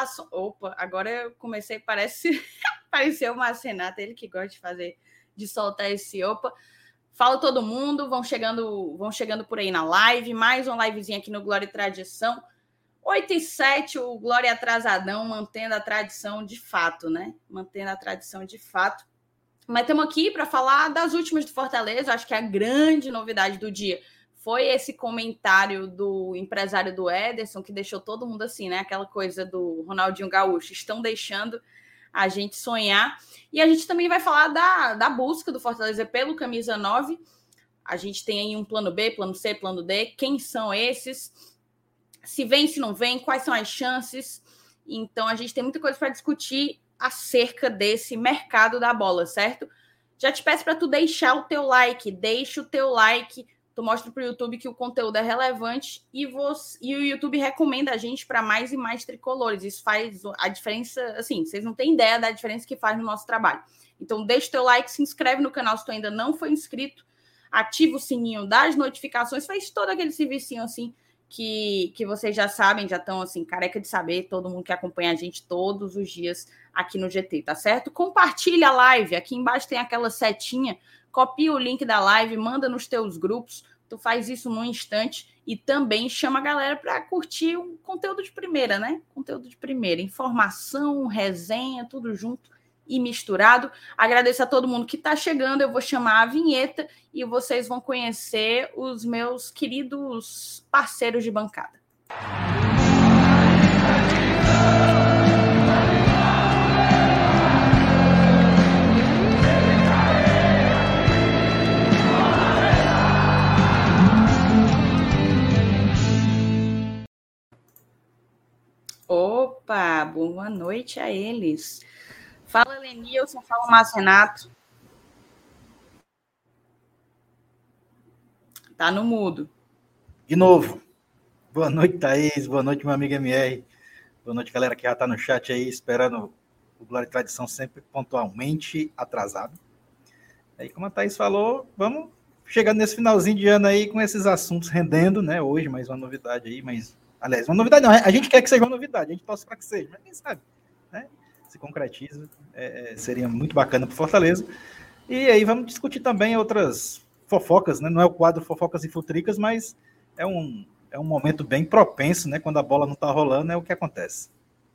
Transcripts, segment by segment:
revelações. Opa, agora eu comecei, pareceu o Márcio Renato, ele que gosta de soltar esse opa. Fala todo mundo, vão chegando por aí na live, mais uma livezinha aqui no Glória e Tradição. 8h07, o Glória Atrasadão, mantendo a tradição de fato, né? Mantendo a tradição de fato. Mas estamos aqui para falar das últimas do Fortaleza. Acho que a grande novidade do dia foi esse comentário do empresário do Ederson, que deixou todo mundo assim, né? Aquela coisa do Ronaldinho Gaúcho. Estão deixando a gente sonhar. E a gente também vai falar da busca do Fortaleza pelo Camisa 9. A gente tem aí um plano B, plano C, plano D. Quem são esses? Se vem, se não vem, quais são as chances? Então, a gente tem muita coisa para discutir acerca desse mercado da bola, certo? Já te peço para tu deixar o teu like. Deixa o teu like. Tu mostra para o YouTube que o conteúdo é relevante e o YouTube recomenda a gente para mais e mais tricolores. Isso faz a diferença, assim, vocês não têm ideia da diferença que faz no nosso trabalho. Então, deixa o teu like, se inscreve no canal se tu ainda não foi inscrito, ativa o sininho das notificações, faz todo aquele servicinho assim que vocês já sabem, já estão assim, careca de saber, todo mundo que acompanha a gente todos os dias aqui no GT, tá certo? Compartilha a live, aqui embaixo tem aquela setinha, copia o link da live, manda nos teus grupos, tu faz isso num instante e também chama a galera para curtir um conteúdo de primeira, né? Conteúdo de primeira, informação, resenha, tudo junto e misturado. Agradeço a todo mundo que está chegando, eu vou chamar a vinheta e vocês vão conhecer os meus queridos parceiros de bancada. Opa, boa noite a eles. Fala, Lenilson, fala, Márcio Renato. Tá no mudo. De novo. Boa noite, Thaís. Boa noite, meu amigo MR. Boa noite, galera que já tá no chat aí, esperando o Glória e Tradição sempre pontualmente atrasado. Aí, como a Thaís falou, vamos chegando nesse finalzinho de ano aí com esses assuntos rendendo, né? Hoje, mais uma novidade aí, mas... Aliás, uma novidade não, a gente quer que seja uma novidade, a gente torce para que seja, mas quem sabe, né? Se concretiza, seria muito bacana para Fortaleza. E aí vamos discutir também outras fofocas, né? Não é o quadro Fofocas e Futricas, mas é um momento bem propenso, né? Quando a bola não está rolando, é o que acontece.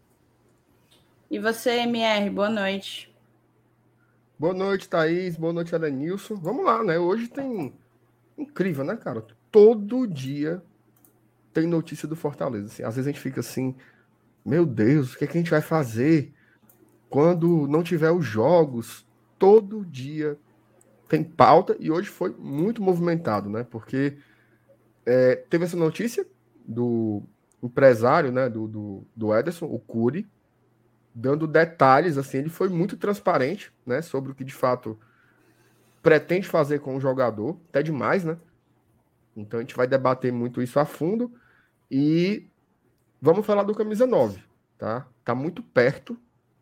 E você, MR, boa noite. Boa noite, Thaís. Boa noite, Elenilson. Vamos lá, né? Hoje tem... Incrível, né, cara? Todo dia tem notícia do Fortaleza. Assim, às vezes a gente fica assim, meu Deus, o que é que a gente vai fazer quando não tiver os jogos? Todo dia tem pauta e hoje foi muito movimentado, né? Porque teve essa notícia do empresário, né, do Ederson, o Cury, dando detalhes, assim, ele foi muito transparente, né, sobre o que de fato pretende fazer com o jogador, até demais, né? Então a gente vai debater muito isso a fundo e vamos falar do camisa 9, tá? Tá muito perto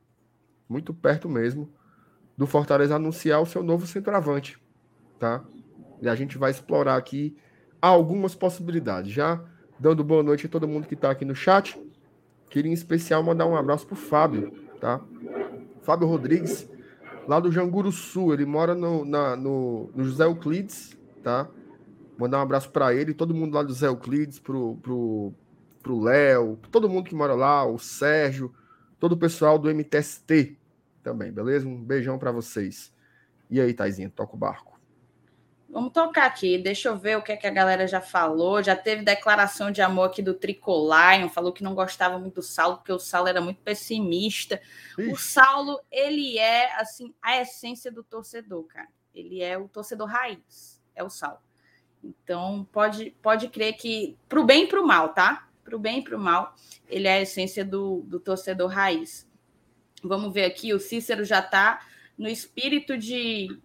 mesmo, do Fortaleza anunciar o seu novo centroavante, tá? E a gente vai explorar aqui algumas possibilidades. Já dando boa noite a todo mundo que tá aqui no chat, queria em especial mandar um abraço pro Fábio, tá? Fábio Rodrigues, lá do Janguru Sul, ele mora no José Euclides, tá? Mandar um abraço para ele, todo mundo lá do José Euclides, pro Léo, todo mundo que mora lá, o Sérgio, todo o pessoal do MTST também, beleza? Um beijão para vocês. E aí, Taizinha, toca o barco. Vamos tocar aqui, deixa eu ver o que é que a galera já falou. Já teve declaração de amor aqui do Tricolion, falou que não gostava muito do Saulo, porque o Saulo era muito pessimista. Ixi. O Saulo, ele é, assim, a essência do torcedor, cara. Ele é o torcedor raiz, é o Saulo. Então, pode crer que, pro bem e pro mal, tá? Pro bem e pro mal, ele é a essência do torcedor raiz. Vamos ver aqui, o Cícero já tá no espírito de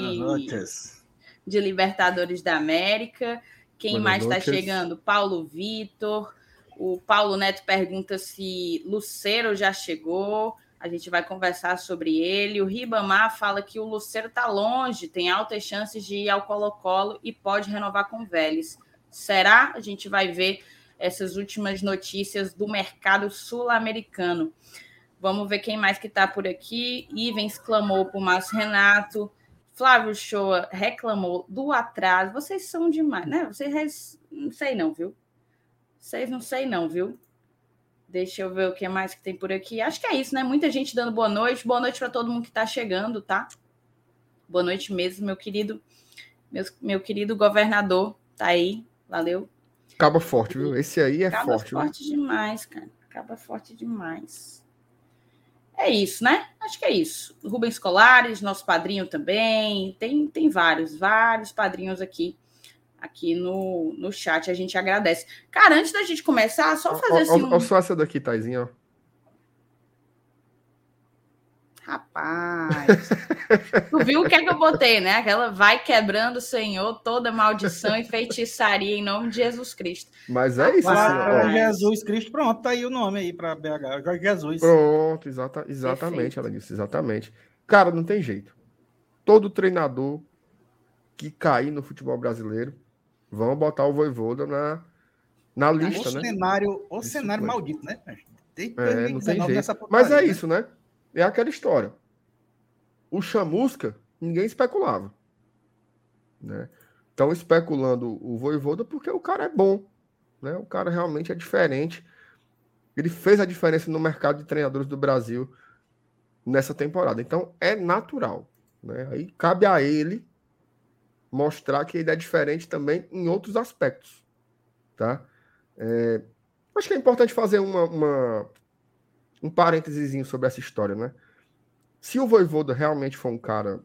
Libertadores da América. Quem mais está chegando? Paulo Vitor. O Paulo Neto pergunta se Lucero já chegou. A gente vai conversar sobre ele. O Ribamar fala que o Lucero está longe, tem altas chances de ir ao Colo-Colo e pode renovar com o Vélez. Será? A gente vai ver. essas últimas notícias do mercado sul-americano. Vamos ver quem mais que está por aqui. Ivens clamou por Márcio Renato. Flávio Shoa reclamou do atraso. Vocês são demais, né? Vocês não sei não, viu? Vocês não sei não, viu? Deixa eu ver o que mais que tem por aqui. Acho que é isso, né? Muita gente dando boa noite. Boa noite para todo mundo que está chegando, tá? Boa noite mesmo, meu querido governador. Tá aí. Valeu. Acaba forte, viu? Esse aí é Acaba forte. Acaba forte demais, cara. Acaba forte demais. É isso, né? Acho que é isso. Rubens Colares, nosso padrinho também. Tem vários padrinhos aqui no chat. A gente agradece. Cara, antes da gente começar, só fazer assim... Olha só essa daqui, Taizinha, ó. Rapaz, tu viu o que é que eu botei, né? Aquela vai quebrando, Senhor, toda maldição e feitiçaria em nome de Jesus Cristo. Mas é isso, assim, ó. Jesus Cristo, pronto, tá aí o nome aí para BH, Jorge Jesus. Pronto, exatamente, ela disse, exatamente. Cara, não tem jeito. Todo treinador que cair no futebol brasileiro, vão botar o Vojvoda na lista, né? O cenário maldito, né? Não tem jeito. Mas é isso, né? É aquela história. O Chamusca, ninguém especulava. Né? Estão especulando o Vojvoda porque o cara é bom. Né? O cara realmente é diferente. Ele fez a diferença no mercado de treinadores do Brasil nessa temporada. Então, é natural. Né? Aí cabe a ele mostrar que ele é diferente também em outros aspectos. Tá? Acho que é importante fazer um parênteses sobre essa história, né? Se o Vojvoda realmente for um cara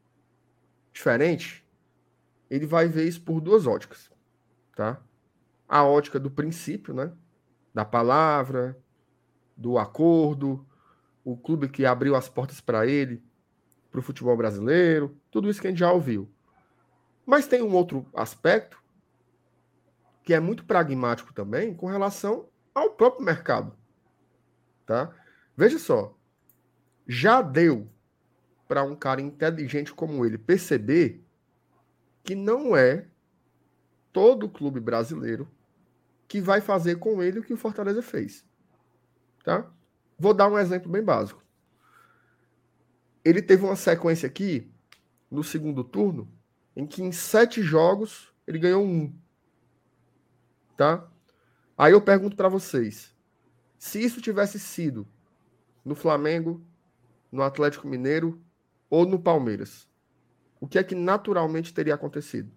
diferente, ele vai ver isso por duas óticas, tá? A ótica do princípio, né? Da palavra, do acordo, o clube que abriu as portas para ele, para o futebol brasileiro, tudo isso que a gente já ouviu. Mas tem um outro aspecto que é muito pragmático também com relação ao próprio mercado, tá? Veja só, já deu para um cara inteligente como ele perceber que não é todo clube brasileiro que vai fazer com ele o que o Fortaleza fez. Tá? Vou dar um exemplo bem básico. Ele teve uma sequência aqui, no segundo turno, em que em 7 jogos ele ganhou 1. Tá? Aí eu pergunto para vocês, se isso tivesse sido no Flamengo, no Atlético Mineiro ou no Palmeiras, o que é que naturalmente teria acontecido?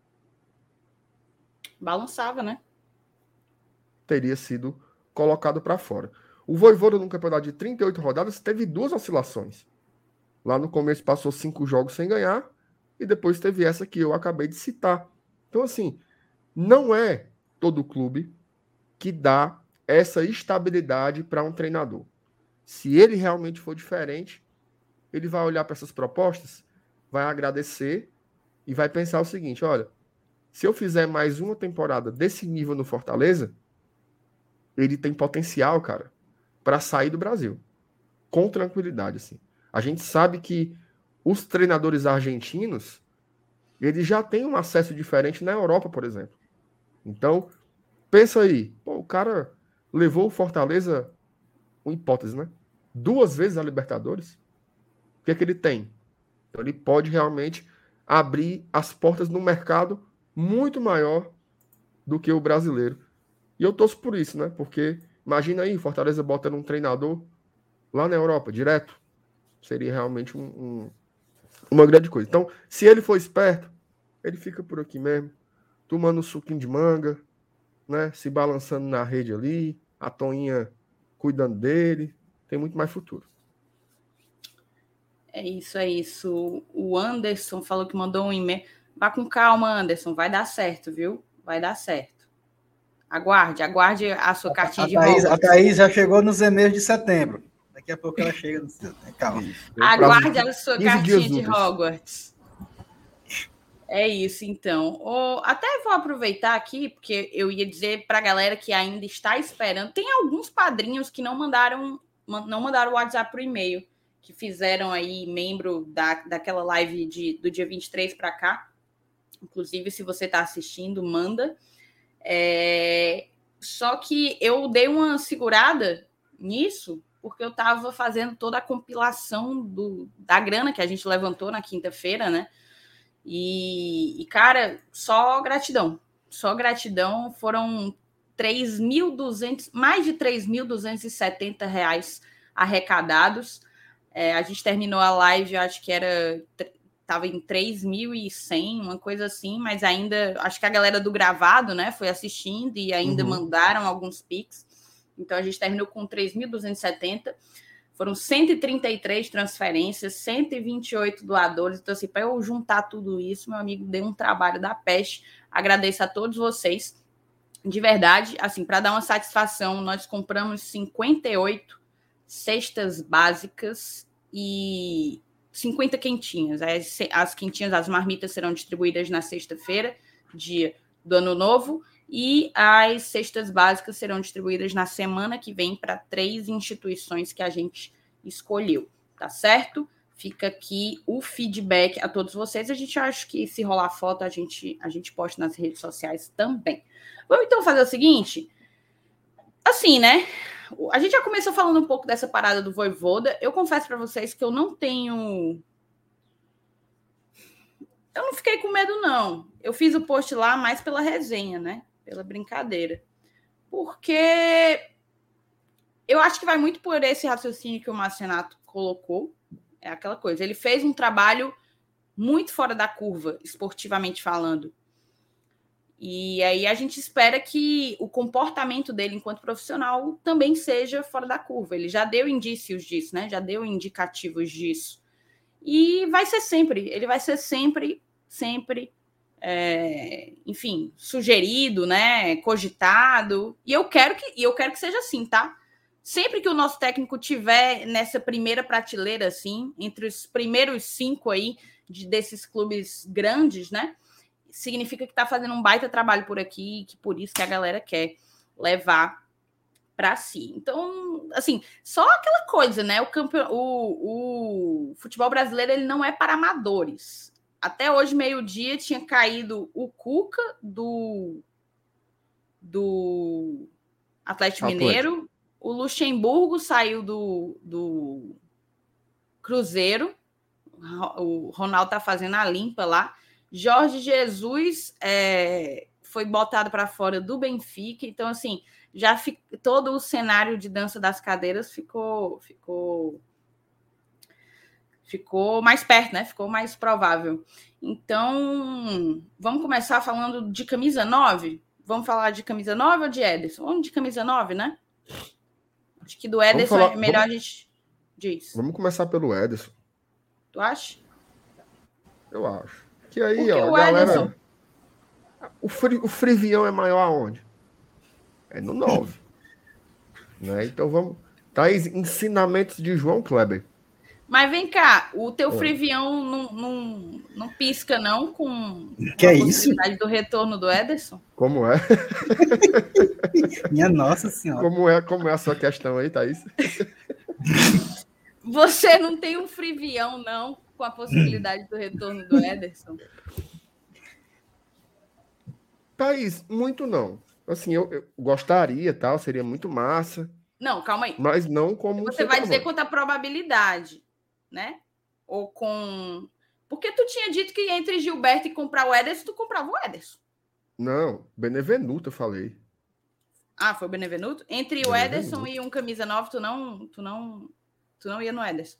Balançava, né? Teria sido colocado para fora. O Vojvoda, no campeonato de 38 rodadas, teve 2 oscilações. Lá no começo passou 5 jogos sem ganhar e depois teve essa que eu acabei de citar. Então, assim, não é todo clube que dá essa estabilidade para um treinador. Se ele realmente for diferente, ele vai olhar para essas propostas, vai agradecer e vai pensar o seguinte, olha, se eu fizer mais uma temporada desse nível no Fortaleza, ele tem potencial, cara, para sair do Brasil. Com tranquilidade, assim. A gente sabe que os treinadores argentinos, eles já têm um acesso diferente na Europa, por exemplo. Então, pensa aí, o cara levou o Fortaleza, uma hipótese, né? 2 vezes a Libertadores. O que é que ele tem? Então, ele pode realmente abrir as portas no mercado muito maior do que o brasileiro. E eu torço por isso, né? Porque imagina aí, Fortaleza botando um treinador lá na Europa, direto. Seria realmente uma grande coisa. Então, se ele for esperto, ele fica por aqui mesmo, tomando um suquinho de manga, né? Se balançando na rede ali, a Toinha cuidando dele. Tem muito mais futuro. É isso. O Anderson falou que mandou um e-mail. Vá com calma, Anderson. Vai dar certo, viu? Vai dar certo. Aguarde a sua cartinha de Hogwarts. A Thaís já chegou nos e-mails de setembro. Daqui a pouco ela chega no seu. Calma. Aguarde a sua cartinha de Hogwarts. É isso, então. Até vou aproveitar aqui, porque eu ia dizer para a galera que ainda está esperando. Tem alguns padrinhos que não mandaram o WhatsApp para o e-mail, que fizeram aí membro daquela live do dia 23 para cá. Inclusive, se você está assistindo, manda. Só que eu dei uma segurada nisso, porque eu estava fazendo toda a compilação da grana que a gente levantou na quinta-feira, né? E, cara, só gratidão. Só gratidão. Foram 3.200, mais de R$3.270 arrecadados. A gente terminou a live, eu acho que estava em 3.100, uma coisa assim, mas ainda, acho que a galera do gravado, né, foi assistindo e ainda mandaram alguns pics. Então, a gente terminou com 3.270. Foram 133 transferências, 128 doadores. Então, assim, para eu juntar tudo isso, meu amigo, deu um trabalho da peste. Agradeço a todos vocês. De verdade, assim, para dar uma satisfação, nós compramos 58 cestas básicas e 50 quentinhas. As quentinhas, as marmitas serão distribuídas na sexta-feira, dia do Ano Novo, e as cestas básicas serão distribuídas na semana que vem para 3 instituições que a gente escolheu, tá certo? Fica aqui o feedback a todos vocês. A gente acha que se rolar foto, a gente posta nas redes sociais também. Vamos então fazer o seguinte, assim, né? A gente já começou falando um pouco dessa parada do Vojvoda. Eu confesso para vocês que eu não fiquei com medo, não. Eu fiz o post lá mais pela resenha, né? Pela brincadeira. Porque eu acho que vai muito por esse raciocínio que o Marcenato colocou. É aquela coisa. Ele fez um trabalho muito fora da curva, esportivamente falando. E aí a gente espera que o comportamento dele enquanto profissional também seja fora da curva. Ele já deu indícios disso, né? Já deu indicativos disso. E vai ser sempre. Ele vai ser sempre, enfim, sugerido, né? Cogitado. E eu quero que seja assim, tá? Sempre que o nosso técnico tiver nessa primeira prateleira, assim, entre os primeiros 5 aí desses clubes grandes, né? Significa que está fazendo um baita trabalho por aqui, que por isso que a galera quer levar para si. Então, assim, só aquela coisa, né? O futebol brasileiro, ele não é para amadores. Até hoje, meio-dia, tinha caído o Cuca do Atlético Mineiro, o Luxemburgo saiu do Cruzeiro, o Ronaldo tá fazendo a limpa lá. Jorge Jesus foi botado para fora do Benfica. Então, assim, todo o cenário de dança das cadeiras ficou mais perto, né? Ficou mais provável. Então, vamos começar falando de camisa 9? Vamos falar de camisa 9 ou de Ederson? Vamos de camisa 9, né? Acho que do Ederson é melhor a gente diz. Vamos começar pelo Ederson. Tu acha? Eu acho. Que aí, porque ó, o galera... Ederson... O frivião é maior aonde? É no 9. Né? Então vamos... Thaís, ensinamentos de João Kleber. Mas vem cá, o teu frivião não pisca, não, com que a possibilidade do retorno do Ederson? Como é? Minha Nossa Senhora. Como é a sua questão aí, Thaís? Você não tem um frivião, não, com a possibilidade do retorno do Ederson? Thaís, muito não. Assim, eu gostaria, tal, seria muito massa. Não, calma aí. Mas não como você vai dizer quanto a probabilidade, né? Ou com... Porque tu tinha dito que entre Gilberto e comprar o Ederson, tu comprava o Ederson. Não, Benevenuto, eu falei. Ah, foi o Benevenuto? Entre o Ederson e um camisa 9, tu não ia no Ederson?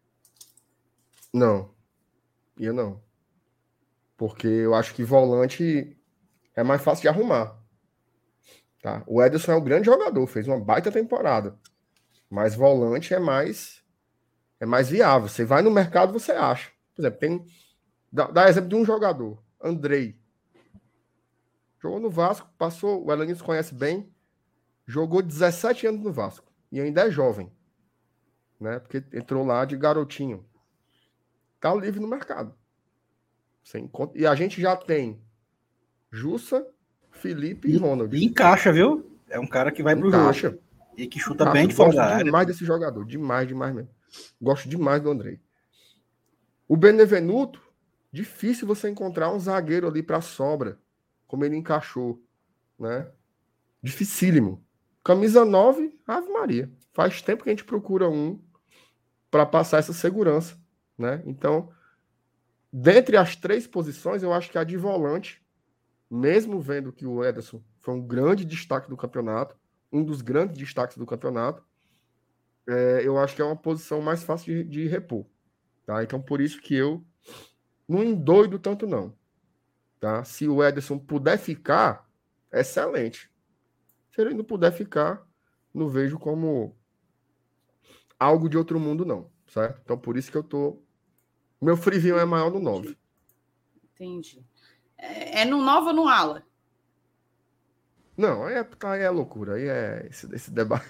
Não. Ia não. Porque eu acho que volante é mais fácil de arrumar. Tá? O Ederson é um grande jogador, fez uma baita temporada. Mas volante é mais viável. Você vai no mercado, você acha. Por exemplo, dá exemplo de um jogador, Andrei. Jogou no Vasco, passou, o Elenilson conhece bem, jogou 17 anos no Vasco. E ainda é jovem. Né? Porque entrou lá de garotinho. Tá livre no mercado. E a gente já tem Jussa, Felipe e Ronald. E encaixa, viu? É um cara que vai pro jogo. E que chuta bem de fora da área. Gosto demais desse jogador. Demais mesmo. Gosto demais do Andrei. O Benevenuto, difícil você encontrar um zagueiro ali para sobra, como ele encaixou, né? Dificílimo. Camisa 9, Ave Maria. Faz tempo que a gente procura um para passar essa segurança, né? Então, dentre as 3 posições, eu acho que a de volante, mesmo vendo que o Ederson foi um grande destaque do campeonato, um dos grandes destaques do campeonato, eu acho que é uma posição mais fácil de repor. Tá? Então, por isso que eu não endoido tanto, não. Tá? Se o Ederson puder ficar, excelente. Se ele não puder ficar, não vejo como algo de outro mundo, não. Certo? Então, por isso que eu tô... Meu frivinho é maior no 9. Entendi. É no 9 ou no ala? Não, aí é loucura. Aí é esse debate.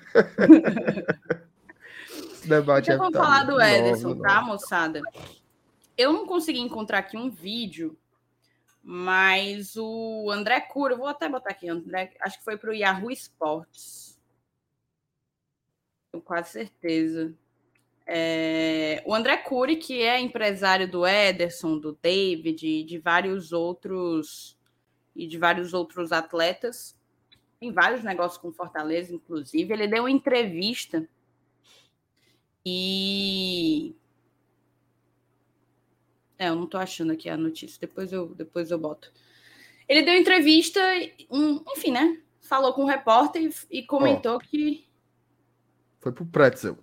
Esse debate Então vamos falar do Ederson, tá, 9. moçada? Eu não consegui encontrar aqui um vídeo, mas o André Cura, eu vou até botar aqui, André, acho que foi para o Yahoo Sports. Tenho quase certeza. O André Cury, que é empresário do Ederson, do David e de vários outros atletas, tem vários negócios com Fortaleza, inclusive. Ele deu uma entrevista e eu não estou achando aqui a notícia, depois eu boto. Ele deu entrevista, enfim, né? Falou com o repórter e comentou que... Foi pro Pretzel.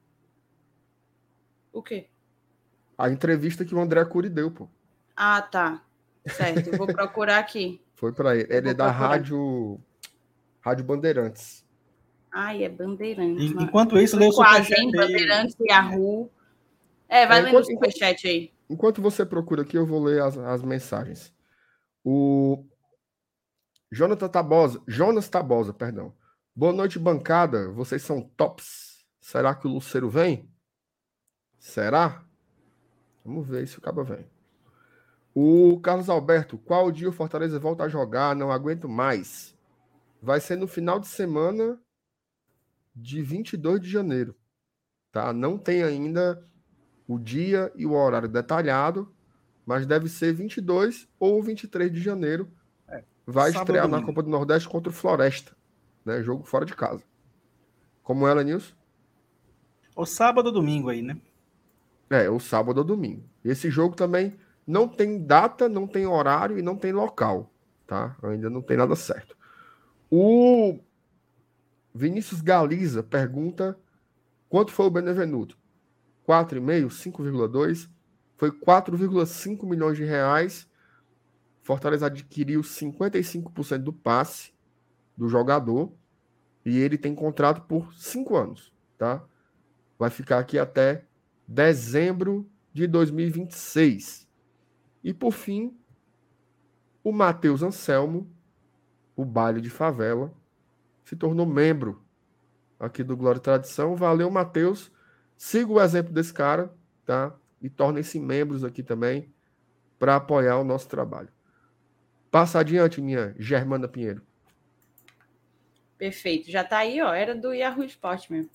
O quê? A entrevista que o André Cury deu, pô. Ah, tá. Certo, eu vou procurar aqui. Foi para ele. Ele é da Rádio Bandeirantes. Ai, é Bandeirantes. Enquanto isso, lê o superchat aí. Bandeirantes, Yahoo. Vai lendo o superchat aí. Enquanto você procura aqui, eu vou ler as mensagens. O Jonas Tabosa, perdão. Boa noite, bancada. Vocês são tops. Será que o Lucero vem? Será? Vamos ver se o Cabo vem. O Carlos Alberto, qual dia o Fortaleza volta a jogar? Não aguento mais. Vai ser no final de semana de 22 de janeiro. Tá? Não tem ainda o dia e o horário detalhado, mas deve ser 22 ou 23 de janeiro. Vai estrear na Copa do Nordeste contra o Floresta. Né? Jogo fora de casa. Como ela, Nilson? O sábado ou domingo aí, né? O sábado ou domingo. Esse jogo também não tem data, não tem horário e não tem local. Tá? Ainda não tem nada certo. O Vinícius Galiza pergunta quanto foi o Benevenuto? 4,5, 5,2. Foi 4,5 milhões de reais. Fortaleza adquiriu 55% do passe do jogador e ele tem contrato por 5 anos, tá? Vai ficar aqui até dezembro de 2026. E por fim, o Matheus Anselmo, o baile de favela, se tornou membro aqui do Glória e Tradição. Valeu, Matheus. Siga o exemplo desse cara, tá? E tornem-se membros aqui também para apoiar o nosso trabalho. Passa adiante, minha Germana Pinheiro. Perfeito. Já tá aí, ó. Era do Yahoo Sport mesmo.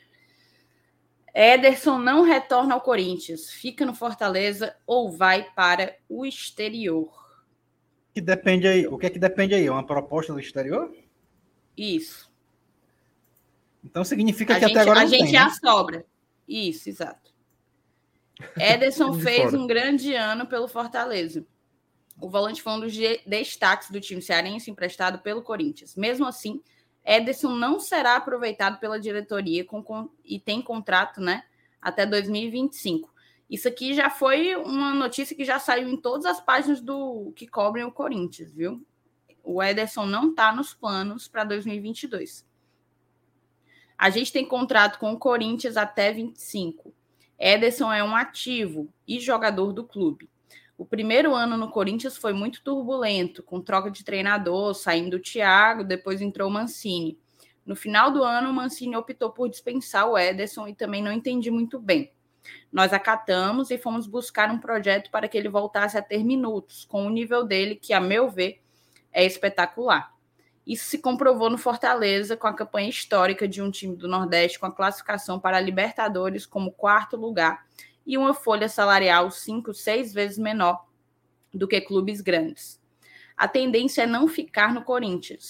Ederson não retorna ao Corinthians. Fica no Fortaleza ou vai para o exterior? Que depende aí. O que é que depende aí? Uma proposta do exterior? Isso. Então significa que até agora não tem, a gente já sobra. Isso, exato. Ederson fez um grande ano pelo Fortaleza. O volante foi um dos destaques do time cearense emprestado pelo Corinthians. Mesmo assim, Ederson não será aproveitado pela diretoria e tem contrato, né, até 2025. Isso aqui já foi uma notícia que já saiu em todas as páginas que cobrem o Corinthians, viu? O Ederson não está nos planos para 2022. A gente tem contrato com o Corinthians até 25. Ederson é um ativo e jogador do clube. O primeiro ano no Corinthians foi muito turbulento, com troca de treinador, saindo o Thiago, depois entrou o Mancini. No final do ano, o Mancini optou por dispensar o Ederson e também não entendi muito bem. Nós acatamos e fomos buscar um projeto para que ele voltasse a ter minutos, com o nível dele, que, a meu ver, é espetacular. Isso se comprovou no Fortaleza, com a campanha histórica de um time do Nordeste, com a classificação para a Libertadores como 4º lugar, e uma folha salarial 5, 6 vezes menor do que clubes grandes. A tendência é não ficar no Corinthians.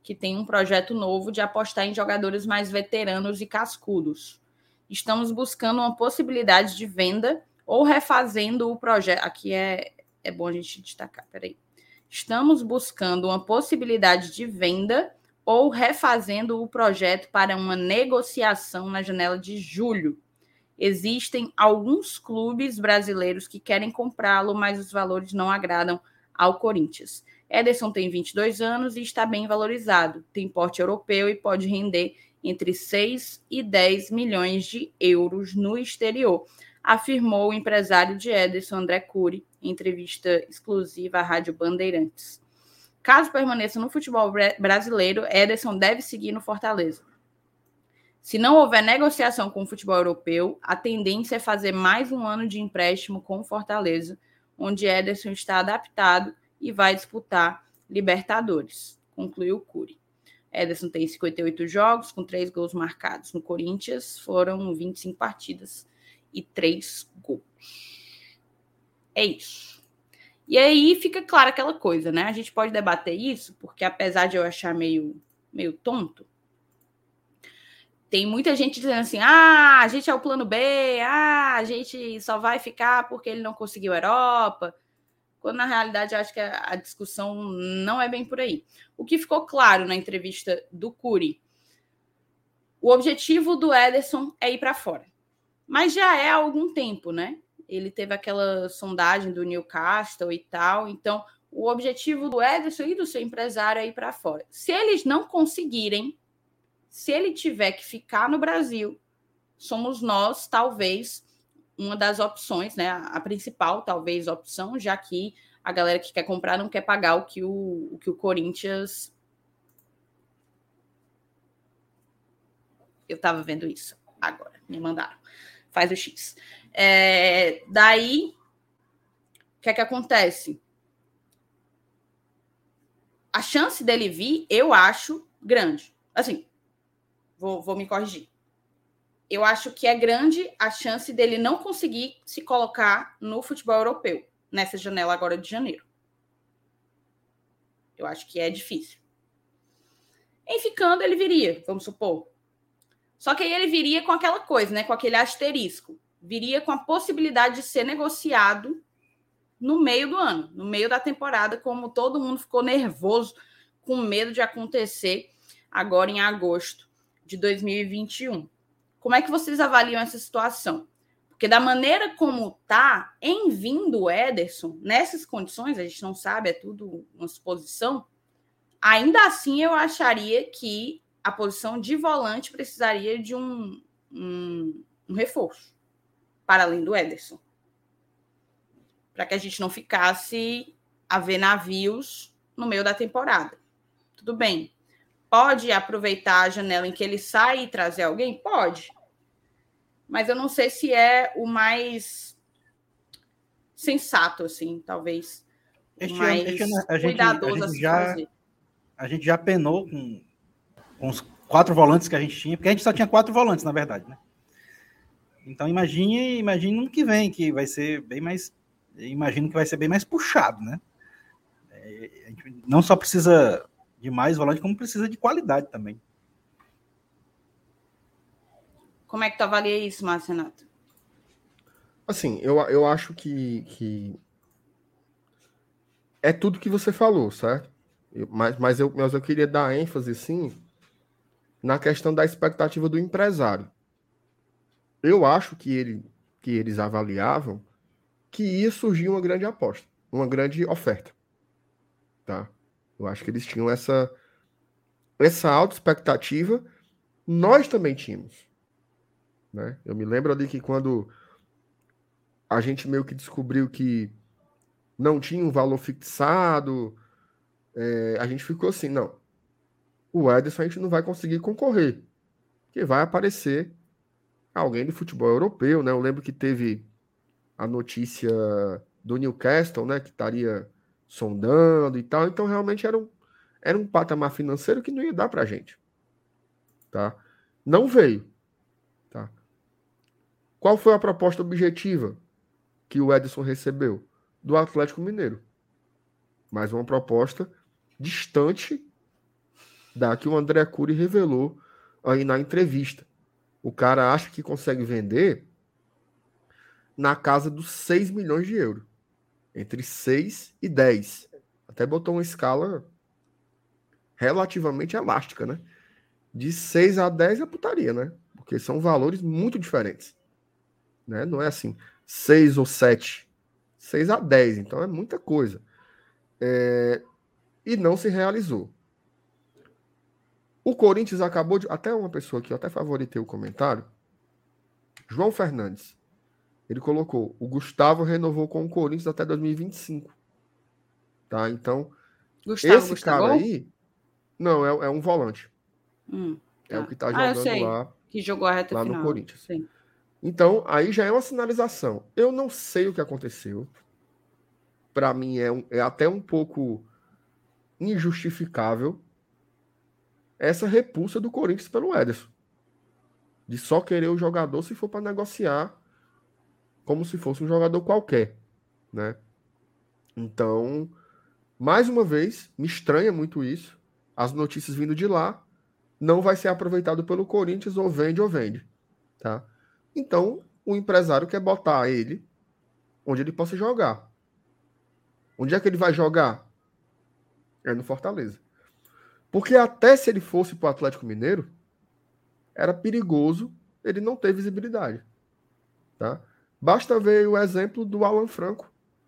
que tem um projeto novo de apostar em jogadores mais veteranos e cascudos. Estamos buscando uma possibilidade de venda ou refazendo o projeto. Aqui é bom a gente destacar, peraí. Estamos buscando uma possibilidade de venda ou refazendo o projeto para uma negociação na janela de julho. Existem alguns clubes brasileiros que querem comprá-lo, mas os valores não agradam ao Corinthians. Ederson tem 22 anos e está bem valorizado. Tem porte europeu e pode render entre 6 e 10 milhões de euros no exterior, afirmou o empresário de Ederson, André Cury, em entrevista exclusiva à Rádio Bandeirantes. Caso permaneça no futebol brasileiro, Ederson deve seguir no Fortaleza. Se não houver negociação com o futebol europeu, a tendência é fazer mais um ano de empréstimo com o Fortaleza, onde Ederson está adaptado e vai disputar Libertadores, concluiu Cury. Ederson tem 58 jogos, com 3 gols marcados. No Corinthians foram 25 partidas e 3 gols. É isso. E aí fica claro aquela coisa, né? A gente pode debater isso, porque apesar de eu achar meio tonto, tem muita gente dizendo assim, a gente é o plano B, a gente só vai ficar porque ele não conseguiu a Europa, quando na realidade eu acho que a discussão não é bem por aí. O que ficou claro na entrevista do Cury, o objetivo do Ederson é ir para fora. Mas já é há algum tempo, né? Ele teve aquela sondagem do Newcastle e tal, então o objetivo do Ederson e do seu empresário é ir para fora. Se eles não conseguirem, se ele tiver que ficar no Brasil, somos nós, talvez, uma das opções, né? A principal, talvez, opção, já que a galera que quer comprar não quer pagar o que o Corinthians... Eu estava vendo isso agora, me mandaram. Faz o X. Daí, o que é que acontece? A chance dele vir, eu acho grande. Assim, vou me corrigir. Eu acho que é grande a chance dele não conseguir se colocar no futebol europeu, nessa janela agora de janeiro. Eu acho que é difícil. Em ficando, ele viria, vamos supor. Só que aí ele viria com aquela coisa, né? Com aquele asterisco. Viria com a possibilidade de ser negociado no meio do ano, no meio da temporada, como todo mundo ficou nervoso, com medo de acontecer agora em agosto de 2021. Como é que vocês avaliam essa situação? Porque da maneira como está, em vindo o Ederson, nessas condições, a gente não sabe, é tudo uma suposição, ainda assim eu acharia que a posição de volante precisaria de um reforço, para além do Ederson. Para que a gente não ficasse a ver navios no meio da temporada. Tudo bem. Pode aproveitar a janela em que ele sai e trazer alguém? Pode. Mas eu não sei se é o mais sensato, assim, talvez. O mais cuidadoso a se fazer. A gente já penou com os 4 volantes que a gente tinha, porque a gente só tinha 4 volantes, na verdade, né? Então imagine no ano que vem, que vai ser bem mais... Imagino que vai ser bem mais puxado, né? A gente não só precisa de mais volante, como precisa de qualidade também. Como é que tu avalia isso, Márcio Renato? Assim, eu acho que é tudo que você falou, certo? Mas eu queria dar ênfase, sim, na questão da expectativa do empresário. Eu acho que eles avaliavam que ia surgir uma grande aposta, uma grande oferta. Tá? Eu acho que eles tinham essa alta expectativa, nós também tínhamos. Né? Eu me lembro ali que quando a gente meio que descobriu que não tinha um valor fixado, a gente ficou assim, não, o Ederson a gente não vai conseguir concorrer, porque vai aparecer alguém do futebol europeu, né? Eu lembro que teve a notícia do Newcastle, né, que estaria sondando e tal, então realmente era um patamar financeiro que não ia dar pra gente. Tá? Não veio. Tá? Qual foi a proposta objetiva que o Ederson recebeu? Do Atlético Mineiro. Mas uma proposta distante da que o André Cury revelou aí na entrevista. O cara acha que consegue vender na casa dos 6 milhões de euros. Entre 6 e 10. Até botou uma escala relativamente elástica, né? De 6 a 10 é putaria, né? Porque são valores muito diferentes. Né? Não é assim, 6 ou 7. 6 a 10, então é muita coisa. E não se realizou. O Corinthians acabou de... Até uma pessoa aqui, eu até favoritei o comentário. João Fernandes. Ele colocou, o Gustavo renovou com o Corinthians até 2025. Tá? Então, esse cara aí... Não, é um volante. Tá. É o que tá jogando lá. Que jogou a reta lá final. No Corinthians. Sim. Então, aí já é uma sinalização. Eu não sei o que aconteceu. Para mim, é até um pouco injustificável essa repulsa do Corinthians pelo Ederson. De só querer o jogador se for para negociar como se fosse um jogador qualquer, né? Então, mais uma vez, me estranha muito isso. As notícias vindo de lá, não vai ser aproveitado pelo Corinthians, ou vende, tá? Então, o empresário quer botar ele onde ele possa jogar. Onde é que ele vai jogar? É no Fortaleza. Porque até se ele fosse para o Atlético Mineiro, era perigoso ele não ter visibilidade, tá? Basta ver o exemplo do Alan Franco.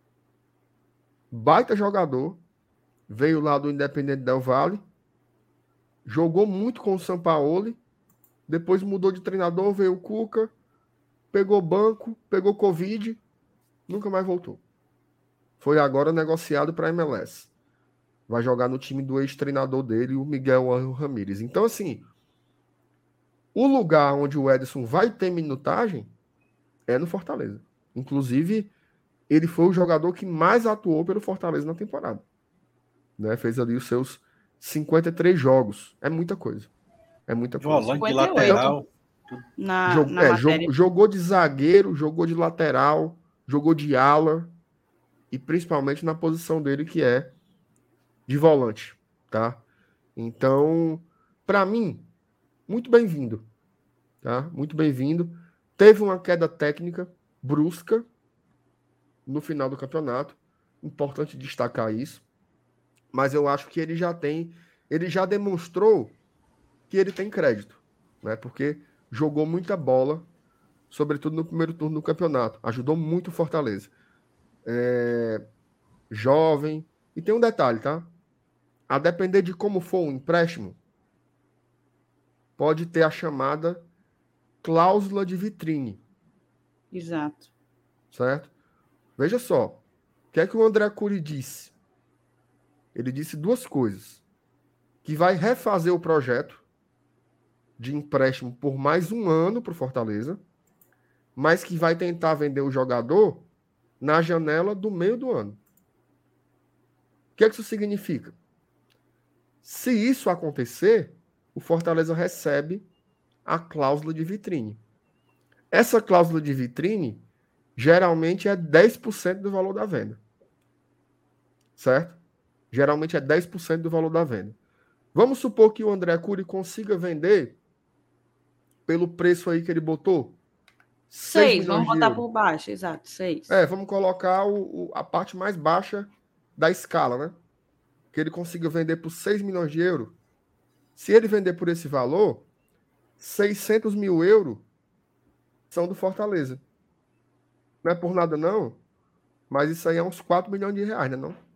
Baita jogador, veio lá do Independente Del Valle, jogou muito com o Sampaoli, depois mudou de treinador, veio o Cuca, pegou banco, pegou Covid, nunca mais voltou. Foi agora negociado para a MLS. Vai jogar no time do ex-treinador dele, o Miguel Ángel Ramírez. Então, assim, o lugar onde o Ederson vai ter minutagem é no Fortaleza. Inclusive, ele foi o jogador que mais atuou pelo Fortaleza na temporada. Né? Fez ali os seus 53 jogos. É muita coisa. É muita coisa. Volante de lateral. Jogou de zagueiro, jogou de lateral, jogou de ala e principalmente na posição dele que é de volante, tá? Então, para mim, muito bem-vindo, tá? Muito bem-vindo. Teve uma queda técnica brusca no final do campeonato, importante destacar isso, mas eu acho que ele já demonstrou que ele tem crédito, né? Porque jogou muita bola, sobretudo no primeiro turno do campeonato, ajudou muito o Fortaleza. Jovem, e tem um detalhe, tá? A depender de como for o empréstimo, pode ter a chamada cláusula de vitrine. Exato. Certo? Veja só. O que é que o André Cury disse? Ele disse duas coisas. Que vai refazer o projeto de empréstimo por mais um ano para o Fortaleza, mas que vai tentar vender o jogador na janela do meio do ano. O que é que isso significa? Se isso acontecer, o Fortaleza recebe a cláusula de vitrine. Essa cláusula de vitrine geralmente é 10% do valor da venda. Certo? Geralmente é 10% do valor da venda. Vamos supor que o André Cury consiga vender pelo preço aí que ele botou. 6, vamos botar por baixo, exato, 6. Vamos colocar a parte mais baixa da escala, né? Que ele consiga vender por 6 milhões de euros. Se ele vender por esse valor, 600 mil euros são do Fortaleza. Não é por nada, não, mas isso aí é uns 4 milhões de reais, né? Não?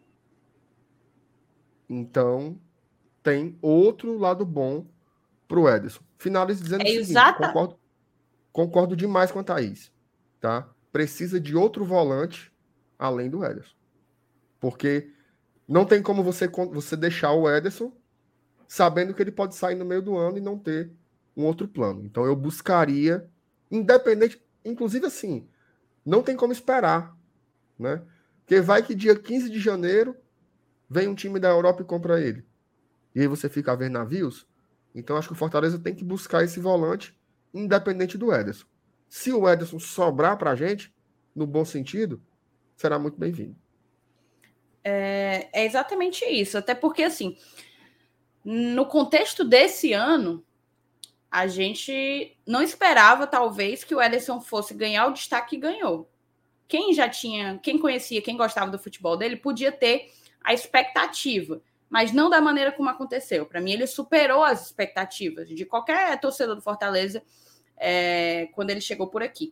Então, tem outro lado bom pro Ederson. Finalizo dizendo o seguinte, concordo demais com a Thaís, tá? Precisa de outro volante além do Ederson. Porque não tem como você deixar o Ederson sabendo que ele pode sair no meio do ano e não ter um outro plano. Então eu buscaria, independente, inclusive assim, não tem como esperar, né? Porque vai que dia 15 de janeiro vem um time da Europa e compra ele. E aí você fica a ver navios. Então acho que o Fortaleza tem que buscar esse volante independente do Ederson. Se o Ederson sobrar pra gente, no bom sentido, será muito bem-vindo. É exatamente isso. Até porque, assim, No contexto desse ano, a gente não esperava, talvez, que o Ederson fosse ganhar o destaque que ganhou. Quem conhecia, quem gostava do futebol dele, podia ter a expectativa, mas não da maneira como aconteceu. Para mim, ele superou as expectativas de qualquer torcedor do Fortaleza quando ele chegou por aqui.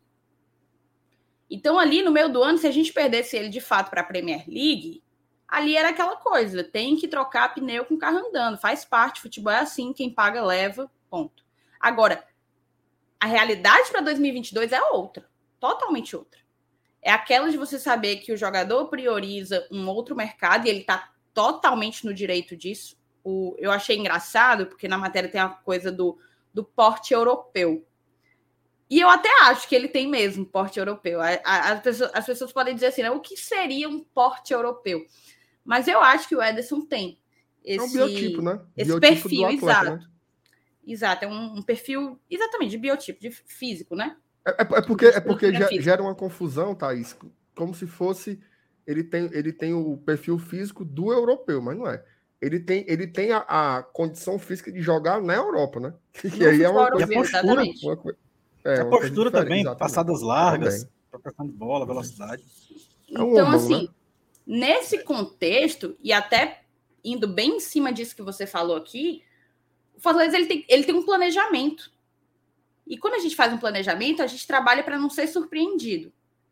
Então, ali no meio do ano, se a gente perdesse ele de fato para a Premier League, ali era aquela coisa, tem que trocar pneu com carro andando, faz parte, futebol é assim, quem paga leva, ponto. Agora, a realidade para 2022 é outra, totalmente outra. É aquela de você saber que o jogador prioriza um outro mercado e ele está totalmente no direito disso. Eu achei engraçado, porque na matéria tem a coisa do porte europeu. E eu até acho que ele tem mesmo porte europeu. As pessoas podem dizer assim, né, o que seria um porte europeu? Mas eu acho que o Ederson tem esse, é um biotipo, né? Esse biotipo perfil, do atleta, exato. Né? Exato, é um perfil exatamente de biotipo, de físico, né? É porque gera uma confusão, Thaís, como se fosse ele tem o perfil físico do europeu, mas não é. Ele tem a condição física de jogar na Europa, né? Que aí é uma coisa... A postura, a postura também, exatamente. passadas largas, trocação de bola, velocidade. Então, assim, nesse contexto, e até indo bem em cima disso que você falou aqui, o Fortaleza ele tem um planejamento. E quando a gente faz um planejamento, a gente trabalha para não ser surpreendido.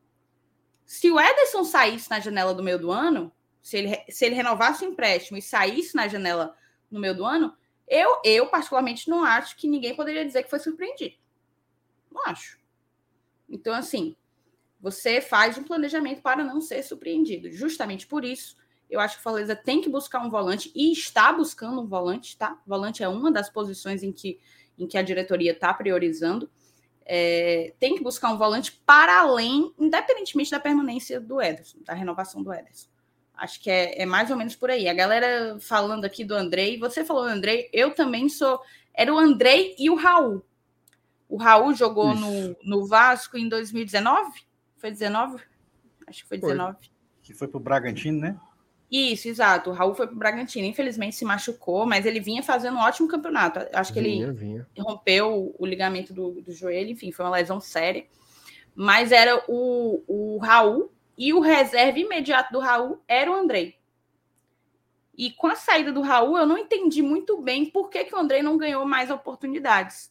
Se o Ederson saísse na janela do meio do ano, se ele renovasse o empréstimo e saísse na janela no meio do ano, eu particularmente não acho que ninguém poderia dizer que foi surpreendido. Não acho. Então, assim, você faz um planejamento para não ser surpreendido. Justamente por isso, eu acho que o Fortaleza tem que buscar um volante e está buscando um volante, tá? O volante é uma das posições em que a diretoria está priorizando. Tem que buscar um volante para além, independentemente da permanência do Ederson, da renovação do Ederson. Acho que é mais ou menos por aí. A galera falando aqui do Andrei, você falou do Andrei, eu também sou... Era o Andrei e o Raul. O Raul jogou no Vasco em 2019? Foi 19? Acho que foi 19. Que foi pro Bragantino, né? Isso, exato. O Raul foi pro Bragantino. Infelizmente se machucou, mas ele vinha fazendo um ótimo campeonato. Acho que ele rompeu o ligamento do joelho. Enfim, foi uma lesão séria. Mas era o Raul e o reserva imediato do Raul era o Andrei. E com a saída do Raul, eu não entendi muito bem por que o Andrei não ganhou mais oportunidades.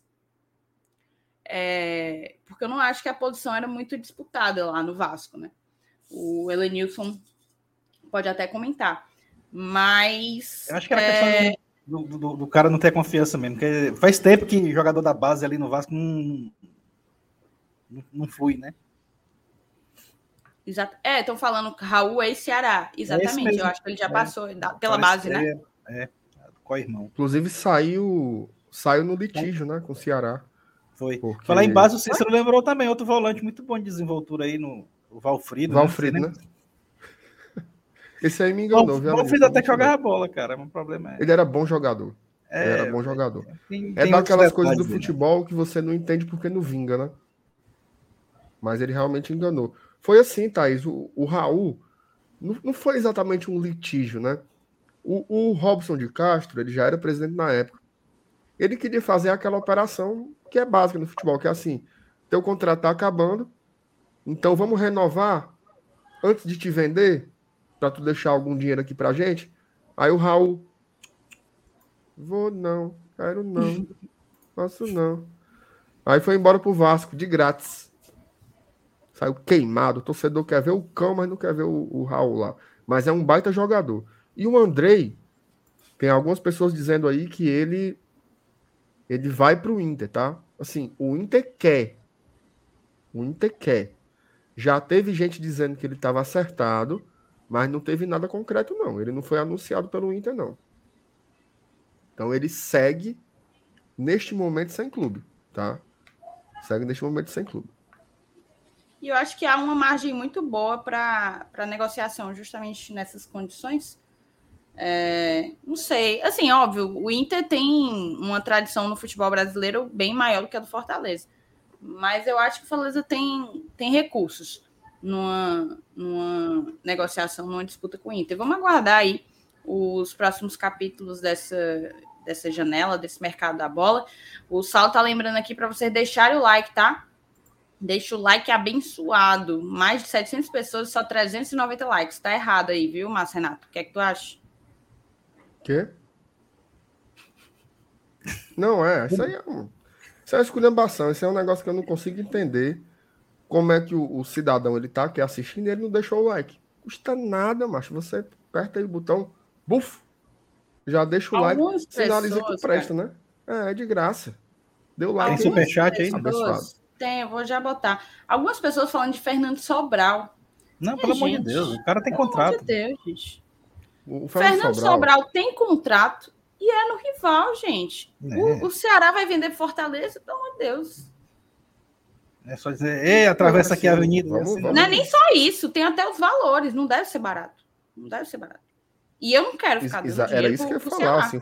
Porque eu não acho que a posição era muito disputada lá no Vasco, né? O Elenilson pode até comentar, mas... Eu acho que era questão do cara não ter confiança mesmo, porque faz tempo que jogador da base ali no Vasco não flui, né? Exato. Estão falando que Raul e Ceará. Exatamente, eu acho que ele já passou pela base, né? Com o irmão. Inclusive saiu no litígio, né, com o Ceará. Foi. Porque... Falar em base, o Cícero lembrou também outro volante muito bom de desenvoltura aí, o Valfrido. Valfrido, né? Esse aí me enganou. O Valfrido até jogava bola, cara. O problema Ele era bom jogador. Tem daquelas coisas do futebol que você não entende porque não vinga, né? Mas ele realmente enganou. Foi assim, Thaís. O Raul não foi exatamente um litígio, né? O Robson de Castro, ele já era presidente na época. Ele queria fazer aquela operação que é básica no futebol, que é assim, teu contrato tá acabando, então vamos renovar antes de te vender, para tu deixar algum dinheiro aqui pra gente. Aí o Raul, quero não, posso não. Aí foi embora pro Vasco, de grátis. Saiu queimado, o torcedor quer ver o cão, mas não quer ver o Raul lá. Mas é um baita jogador. E o Andrei, tem algumas pessoas dizendo aí que ele vai pro Inter, tá? Assim, o Inter quer. Já teve gente dizendo que ele estava acertado, mas não teve nada concreto, não. Ele não foi anunciado pelo Inter, não. Então ele segue neste momento sem clube, tá? E eu acho que há uma margem muito boa para negociação, justamente nessas condições. Não sei. Assim, óbvio, o Inter tem uma tradição no futebol brasileiro bem maior do que a do Fortaleza. Mas eu acho que o Fortaleza tem recursos numa negociação, numa disputa com o Inter. Vamos aguardar aí os próximos capítulos dessa janela, desse mercado da bola. O Saulo tá lembrando aqui para vocês deixarem o like, tá? Deixa o like abençoado. Mais de 700 pessoas, só 390 likes. Tá errado aí, viu, Márcio Renato? O que é que tu acha? Quê? Não, isso aí isso é uma esculhambação. Isso é um negócio que eu não consigo entender. Como é que o cidadão, ele tá aqui assistindo e ele não deixou o like? Custa nada, macho. Você aperta aí o botão, buf, já deixa o like, sinaliza que presta, cara, né? É de graça. Deu like. Tem superchat aí? Abençoado. Tem, eu vou já botar. Algumas pessoas falando de Fernando Sobral. Não, pelo amor de Deus, o cara tem contrato. Pelo amor de Deus, gente. O Fernando Sobral tem contrato e é no rival, gente. O Ceará vai vender Fortaleza, pelo amor de Deus. É só dizer, ei, atravessa aqui a avenida. Vamos. Não é nem só isso, tem até os valores, não deve ser barato. Não deve ser barato. E eu não quero ficar dando dinheiro. Era isso que eu ia falar, assim.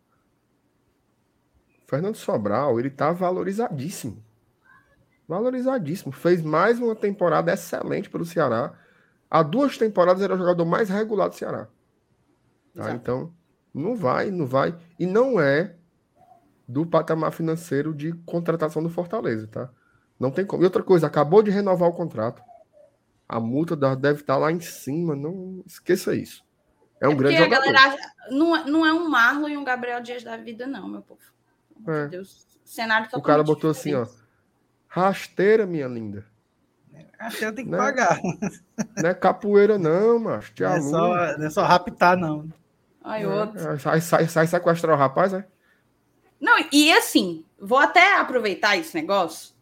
Fernando Sobral, ele tá valorizadíssimo. Valorizadíssimo. Fez mais uma temporada excelente pelo Ceará. Há 2 temporadas era o jogador mais regular do Ceará. Tá? Então, não vai. E não é do patamar financeiro de contratação do Fortaleza, tá? Não tem como. E outra coisa, acabou de renovar o contrato. A multa deve estar lá em cima. Não esqueça isso. É um grande jogador. A galera não é um Marlon e um Gabriel Dias da vida, não, meu povo. Meu Deus. O cenário o cara botou diferente. Assim, ó. Rasteira, minha linda. Rasteira tem que pagar. Não é capoeira, não, macho. Não é só raptar, não. Ai, outro. Sai sequestrar o rapaz, né? Não, e assim, vou até aproveitar esse negócio,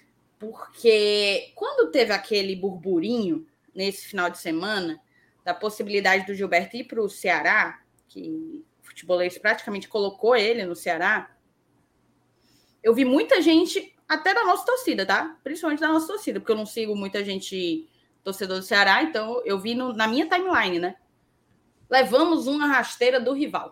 porque quando teve aquele burburinho nesse final de semana da possibilidade do Gilberto ir para o Ceará, que o futebolês praticamente colocou ele no Ceará, eu vi muita gente, até da nossa torcida, tá? Principalmente da nossa torcida, porque eu não sigo muita gente torcedor do Ceará, então eu vi na minha timeline, né? Levamos uma rasteira do rival.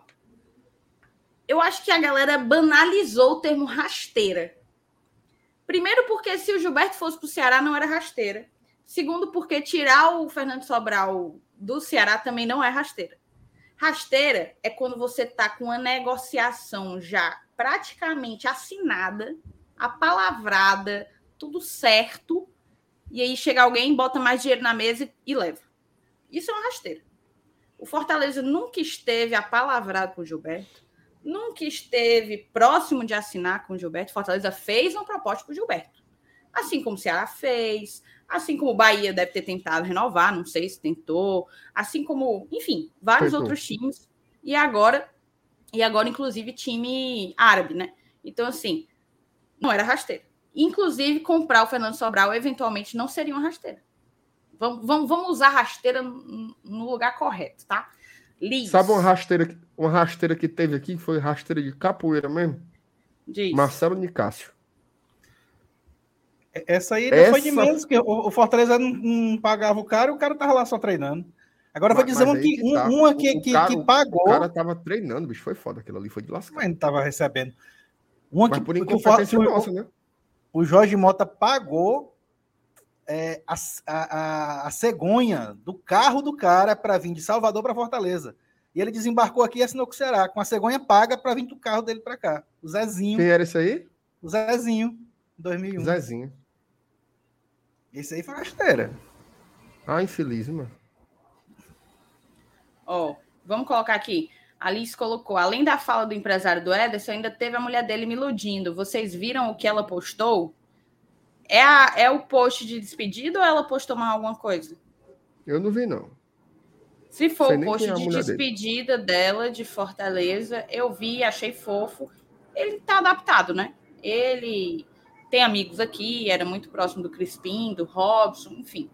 Eu acho que a galera banalizou o termo rasteira. Primeiro, porque se o Gilberto fosse para o Ceará, não era rasteira. Segundo, porque tirar o Fernando Sobral do Ceará também não é rasteira. Rasteira é quando você está com uma negociação já praticamente assinada, apalavrada, tudo certo, e aí chega alguém, bota mais dinheiro na mesa e leva. Isso é uma rasteira. O Fortaleza nunca esteve apalavrado com o Gilberto, nunca esteve próximo de assinar com o Gilberto. Fortaleza fez uma proposta para o Gilberto. Assim como o Ceará fez, assim como o Bahia deve ter tentado renovar, não sei se tentou, assim como, enfim, vários outros times. E agora, inclusive, time árabe, né? Então, assim, não era rasteira. Inclusive, comprar o Fernando Sobral, eventualmente, não seria uma rasteira. Vamos usar rasteira no lugar correto, tá? Liz. Sabe uma rasteira que teve aqui, que foi rasteira de capoeira mesmo? Diz. Marcelo Nicásio. Essa aí foi de menos, que o Fortaleza não pagava o cara e o cara tava lá só treinando. Agora eu vou dizer uma que pagou. O cara tava treinando, bicho, foi foda. Aquilo ali foi de lascar. Mas não tava recebendo. Uma mas que por incompetência nossa, né? O Jorge Mota pagou a cegonha do carro do cara para vir de Salvador para Fortaleza. E ele desembarcou aqui e assinou com o Ceará, com a cegonha paga para vir do carro dele para cá. O Zezinho. Quem era esse aí? O Zezinho, 2001. Zezinho. Esse aí foi rasteira. Ah, infeliz, mano. Vamos colocar aqui. A Alice colocou, além da fala do empresário do Ederson, ainda teve a mulher dele me iludindo. Vocês viram o que ela postou? É o post de despedida ou ela postou mais alguma coisa? Eu não vi, não. Se for o post de despedida dela, de Fortaleza, eu vi, achei fofo. Ele tá adaptado, né? Ele tem amigos aqui, era muito próximo do Crispim, do Robson, enfim.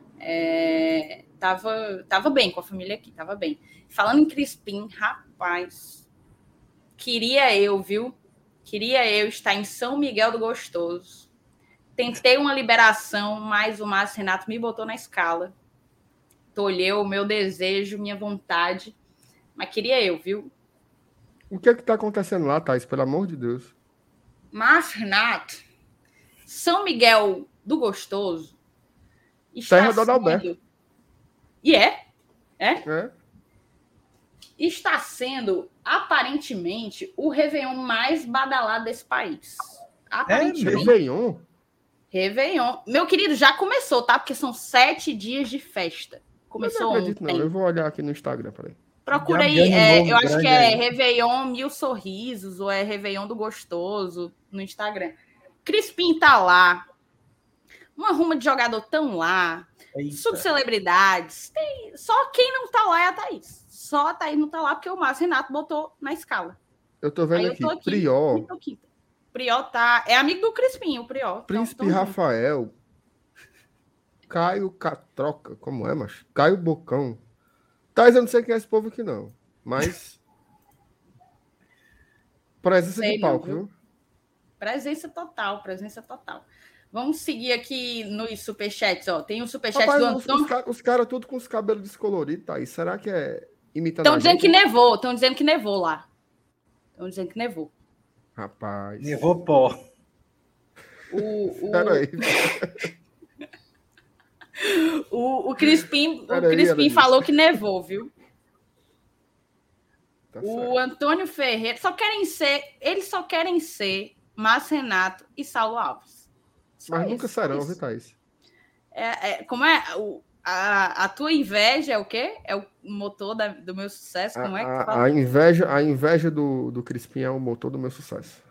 Tava bem com a família aqui, tava bem. Falando em Crispim, rapaz, queria eu estar em São Miguel do Gostoso. Tentei uma liberação, mas o Márcio Renato me botou na escala. Tolheu o meu desejo, minha vontade. Mas queria eu, viu? O que é que tá acontecendo lá, Thaís? Pelo amor de Deus. Márcio Renato, São Miguel do Gostoso está Terra do Adalberto. E é? está sendo, aparentemente, o Réveillon mais badalado desse país. Aparentemente. Réveillon. Meu querido, já começou, tá? Porque são 7 dias de festa. Começou eu não acredito, ontem. não. Eu vou olhar aqui no Instagram, peraí. Procura aí. Eu acho que é Réveillon Mil Sorrisos ou é Réveillon do Gostoso no Instagram. Crispim tá lá. Uma ruma de jogador tão lá. Eita. Subcelebridades. Só quem não tá lá é a Thaís. Só a Thaís não tá lá porque o Márcio Renato botou na escala. Eu tô vendo aqui. Prior tá... É amigo do Crispim, o Prior. Príncipe Rafael. Caio Catroca. Como é, macho? Caio Bocão. Thaís, eu não sei quem é esse povo aqui, não. Mas... Presença de palco, viu? Presença total. Vamos seguir aqui nos superchats, ó. Tem um superchat do Antônio... Os caras tudo com os cabelos descoloridos, Thaís. Será que é imitando Estão dizendo que nevou. Estão dizendo que nevou lá. Rapaz. Nevou pó. Peraí. O Crispim falou que nevou, viu? Tá o Antônio Ferreira eles só querem ser Márcio Renato e Saulo Alves. Mas nunca serão, viu, Thaís? Como é? A tua inveja é o quê? É o motor do meu sucesso? Como é que tu fala? A inveja do Crispim é o motor do meu sucesso.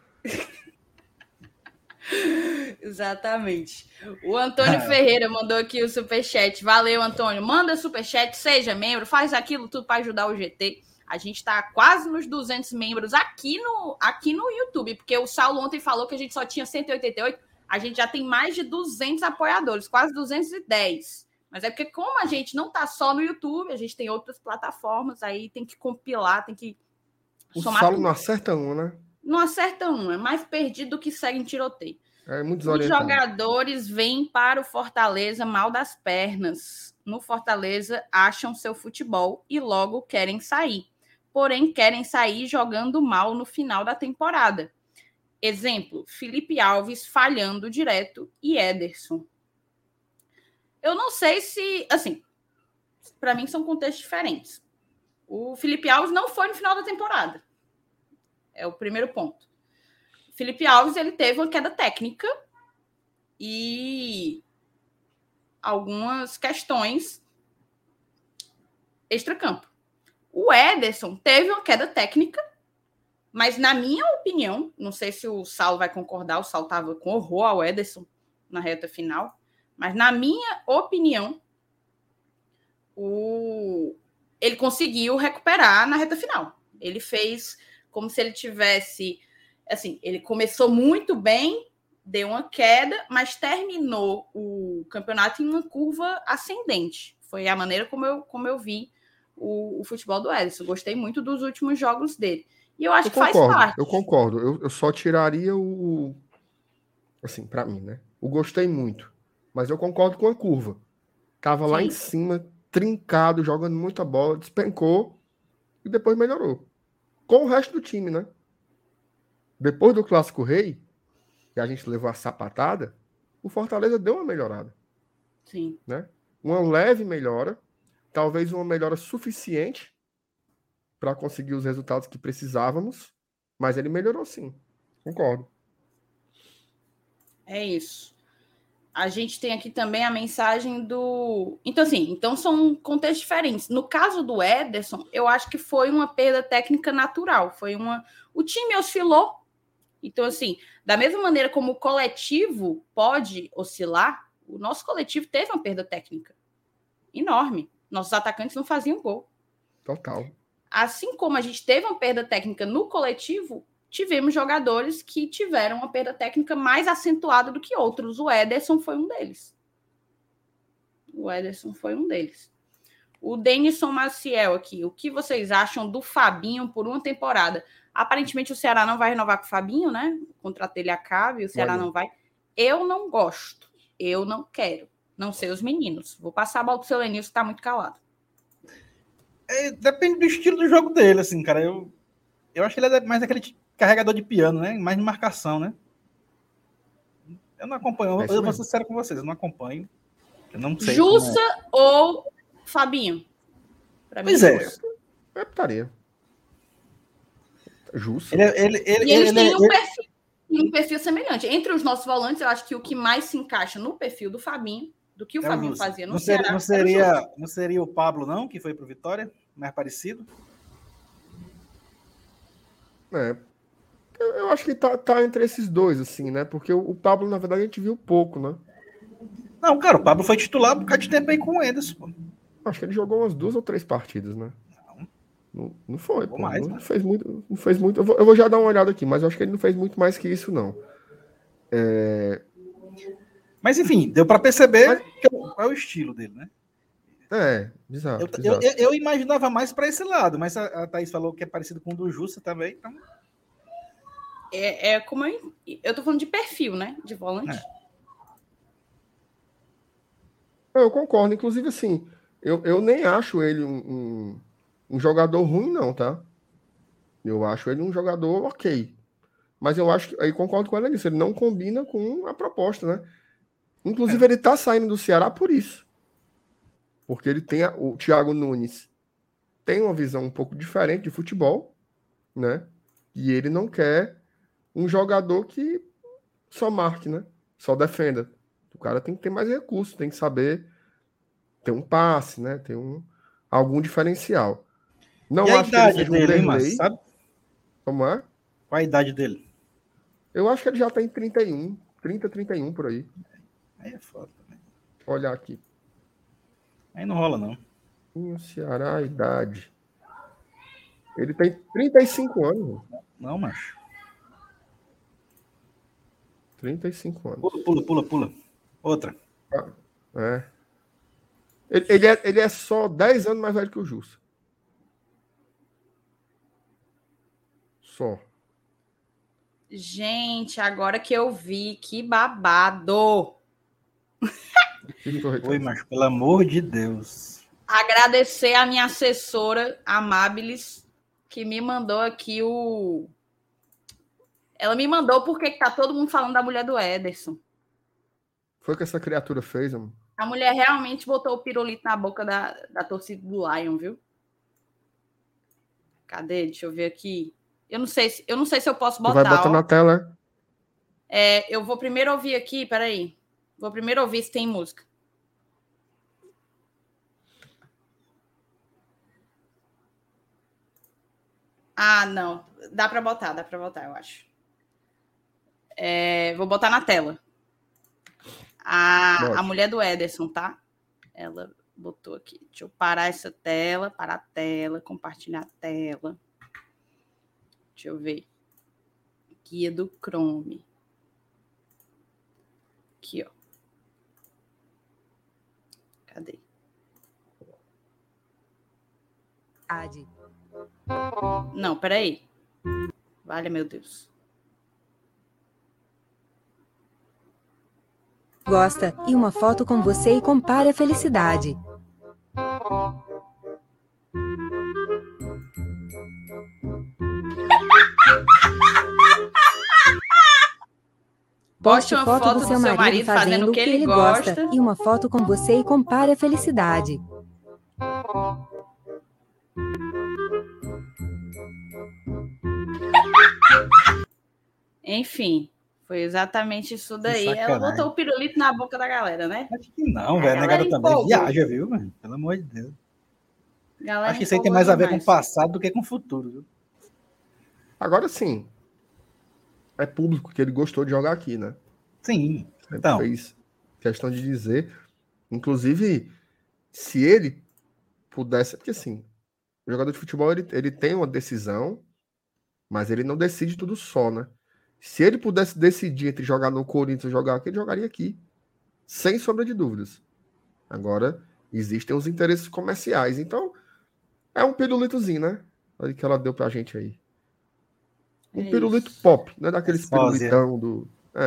Exatamente. O Antônio Ferreira mandou aqui o superchat. Valeu, Antônio. Manda superchat, seja membro, faz aquilo tudo para ajudar o GT. A gente está quase nos 200 membros aqui no YouTube, porque o Saulo ontem falou que a gente só tinha 188. A gente já tem mais de 200 apoiadores, quase 210. Mas é porque como a gente não está só no YouTube, a gente tem outras plataformas, aí tem que compilar, tem que somar. O Saulo não acerta um, né? Não acerta um, é mais perdido do que segue em tiroteio. É muito Os jogadores vêm para o Fortaleza mal das pernas. No Fortaleza acham seu futebol e logo querem sair. Porém, querem sair jogando mal no final da temporada. Exemplo, Felipe Alves falhando direto e Ederson. Eu não sei se... Assim, para mim são contextos diferentes. O Felipe Alves não foi no final da temporada. É o primeiro ponto. O Felipe Alves, ele teve uma queda técnica e algumas questões extracampo. O Ederson teve uma queda técnica, mas na minha opinião, não sei se o Saulo vai concordar, o Saulo estava com horror ao Ederson na reta final, mas na minha opinião, ele conseguiu recuperar na reta final. Ele fez como se ele tivesse... Assim, ele começou muito bem, deu uma queda, mas terminou o campeonato em uma curva ascendente. Foi a maneira como eu vi o futebol do Ederson. Gostei muito dos últimos jogos dele. E eu acho que faz parte. Eu concordo. Eu só tiraria assim, para mim, né? Eu gostei muito. Mas eu concordo com a curva. Tava lá em cima, trincado, jogando muita bola, despencou e depois melhorou. Com o resto do time, né? Depois do Clássico Rei, que a gente levou a sapatada, o Fortaleza deu uma melhorada. Sim. Né? Uma leve melhora, talvez uma melhora suficiente para conseguir os resultados que precisávamos, mas ele melhorou sim. Concordo. É isso. A gente tem aqui também a mensagem do... Então são contextos diferentes. No caso do Ederson, eu acho que foi uma perda técnica natural. O time oscilou. Então, assim, da mesma maneira como o coletivo pode oscilar, o nosso coletivo teve uma perda técnica enorme. Nossos atacantes não faziam gol. Total. Assim como a gente teve uma perda técnica no coletivo, tivemos jogadores que tiveram uma perda técnica mais acentuada do que outros. O Ederson foi um deles. O Denison Maciel aqui. O que vocês acham do Fabinho por uma temporada? Aparentemente o Ceará não vai renovar com o Fabinho, né? O contrato dele acaba e o Ceará não vai. Eu não gosto. Eu não quero. Não sei os meninos. Vou passar a bola pro seu Lenilson, que tá muito calado. Depende do estilo do jogo dele, assim, cara. Eu acho que ele é mais aquele carregador de piano, né? Mais de marcação, né? Eu não acompanho. Eu vou ser sincero com vocês. Eu não acompanho. Eu não sei. Jussa ou Fabinho? Pois é. É putaria. Justo. Eles têm um perfil semelhante. Entre os nossos volantes, eu acho que o que mais se encaixa no perfil do Fabinho, do que o Fabinho fazia no Ceará. Não seria o Pablo, não, que foi pro Vitória? Mais parecido? Eu acho que tá entre esses dois, assim, né? Porque o Pablo, na verdade, a gente viu pouco, né? Não, cara, o Pablo foi titular um bocado de tempo aí com o Ederson, pô. Acho que ele jogou umas 2 ou 3 partidas, né? Não foi, pô. Mais, não fez muito. Não fez muito. Eu vou já dar uma olhada aqui, mas eu acho que ele não fez muito mais que isso, não. Mas, enfim, deu para perceber que é o estilo dele, né? Exato. Eu imaginava mais para esse lado, mas a Thaís falou que é parecido com o do Jussa também, então... Como eu tô falando de perfil, né? De volante. Eu concordo. Inclusive, assim, eu nem acho ele um jogador ruim, não, tá? Eu acho ele um jogador ok. Mas eu acho que, aí concordo com ela nisso, ele não combina com a proposta, né? Inclusive, ele tá saindo do Ceará por isso. Porque ele tem o Thiago Nunes tem uma visão um pouco diferente de futebol, né? E ele não quer um jogador que só marque, né? Só defenda. O cara tem que ter mais recursos, tem que saber ter um passe, né? Ter algum diferencial. Não acho que ele seja um Derlei. Sabe? Como é? Qual a idade dele? Eu acho que ele já tem 31, 31 por aí. Aí é foda também. Vou olhar aqui. Aí não rola, não. O Ceará, a idade. Ele tem 35 anos. Não, macho. 35 anos. Pula. Outra. Ele é só 10 anos mais velho que o Jussa. Só. Gente, agora que eu vi, que babado. Oi, macho, pelo amor de Deus. Agradecer a minha assessora, Amabilis, que me mandou aqui Ela me mandou porque tá todo mundo falando da mulher do Ederson. Foi o que essa criatura fez, amor? A mulher realmente botou o pirulito na boca da torcida do Lion, viu? Cadê? Deixa eu ver aqui. Eu não sei se eu posso botar. Tu vai botar na tela. Eu vou primeiro ouvir aqui, peraí. Vou primeiro ouvir se tem música. Ah, não. Dá para botar, eu acho. Vou botar na tela. A mulher do Ederson, tá? Ela botou aqui. Deixa eu parar essa tela, parar a tela, compartilhar a tela. Deixa eu ver. Guia do Chrome. Aqui, ó. Cadê? Não, peraí. Vale, meu Deus. Gosta, e uma foto com você e compare a felicidade. Poste uma foto do seu marido fazendo o que ele gosta e uma foto com você e compare a felicidade. Enfim, foi exatamente isso daí. Ela botou o pirulito na boca da galera, né? Acho que não, velho. A galera também viaja, viu, mano? Pelo amor de Deus. Acho que isso aí tem mais a ver com o passado do que com o futuro, viu? Agora sim. É público que ele gostou de jogar aqui, né? Sim. Então. Fez questão de dizer. Inclusive, se ele pudesse. Porque assim, o jogador de futebol ele tem uma decisão, mas ele não decide tudo só, né? Se ele pudesse decidir entre jogar no Corinthians ou jogar aqui, ele jogaria aqui. Sem sombra de dúvidas. Agora, existem os interesses comerciais. Então, é um pirulitozinho, né? Olha que ela deu pra gente aí. Um pirulito pop, não é daqueles pirulitão do...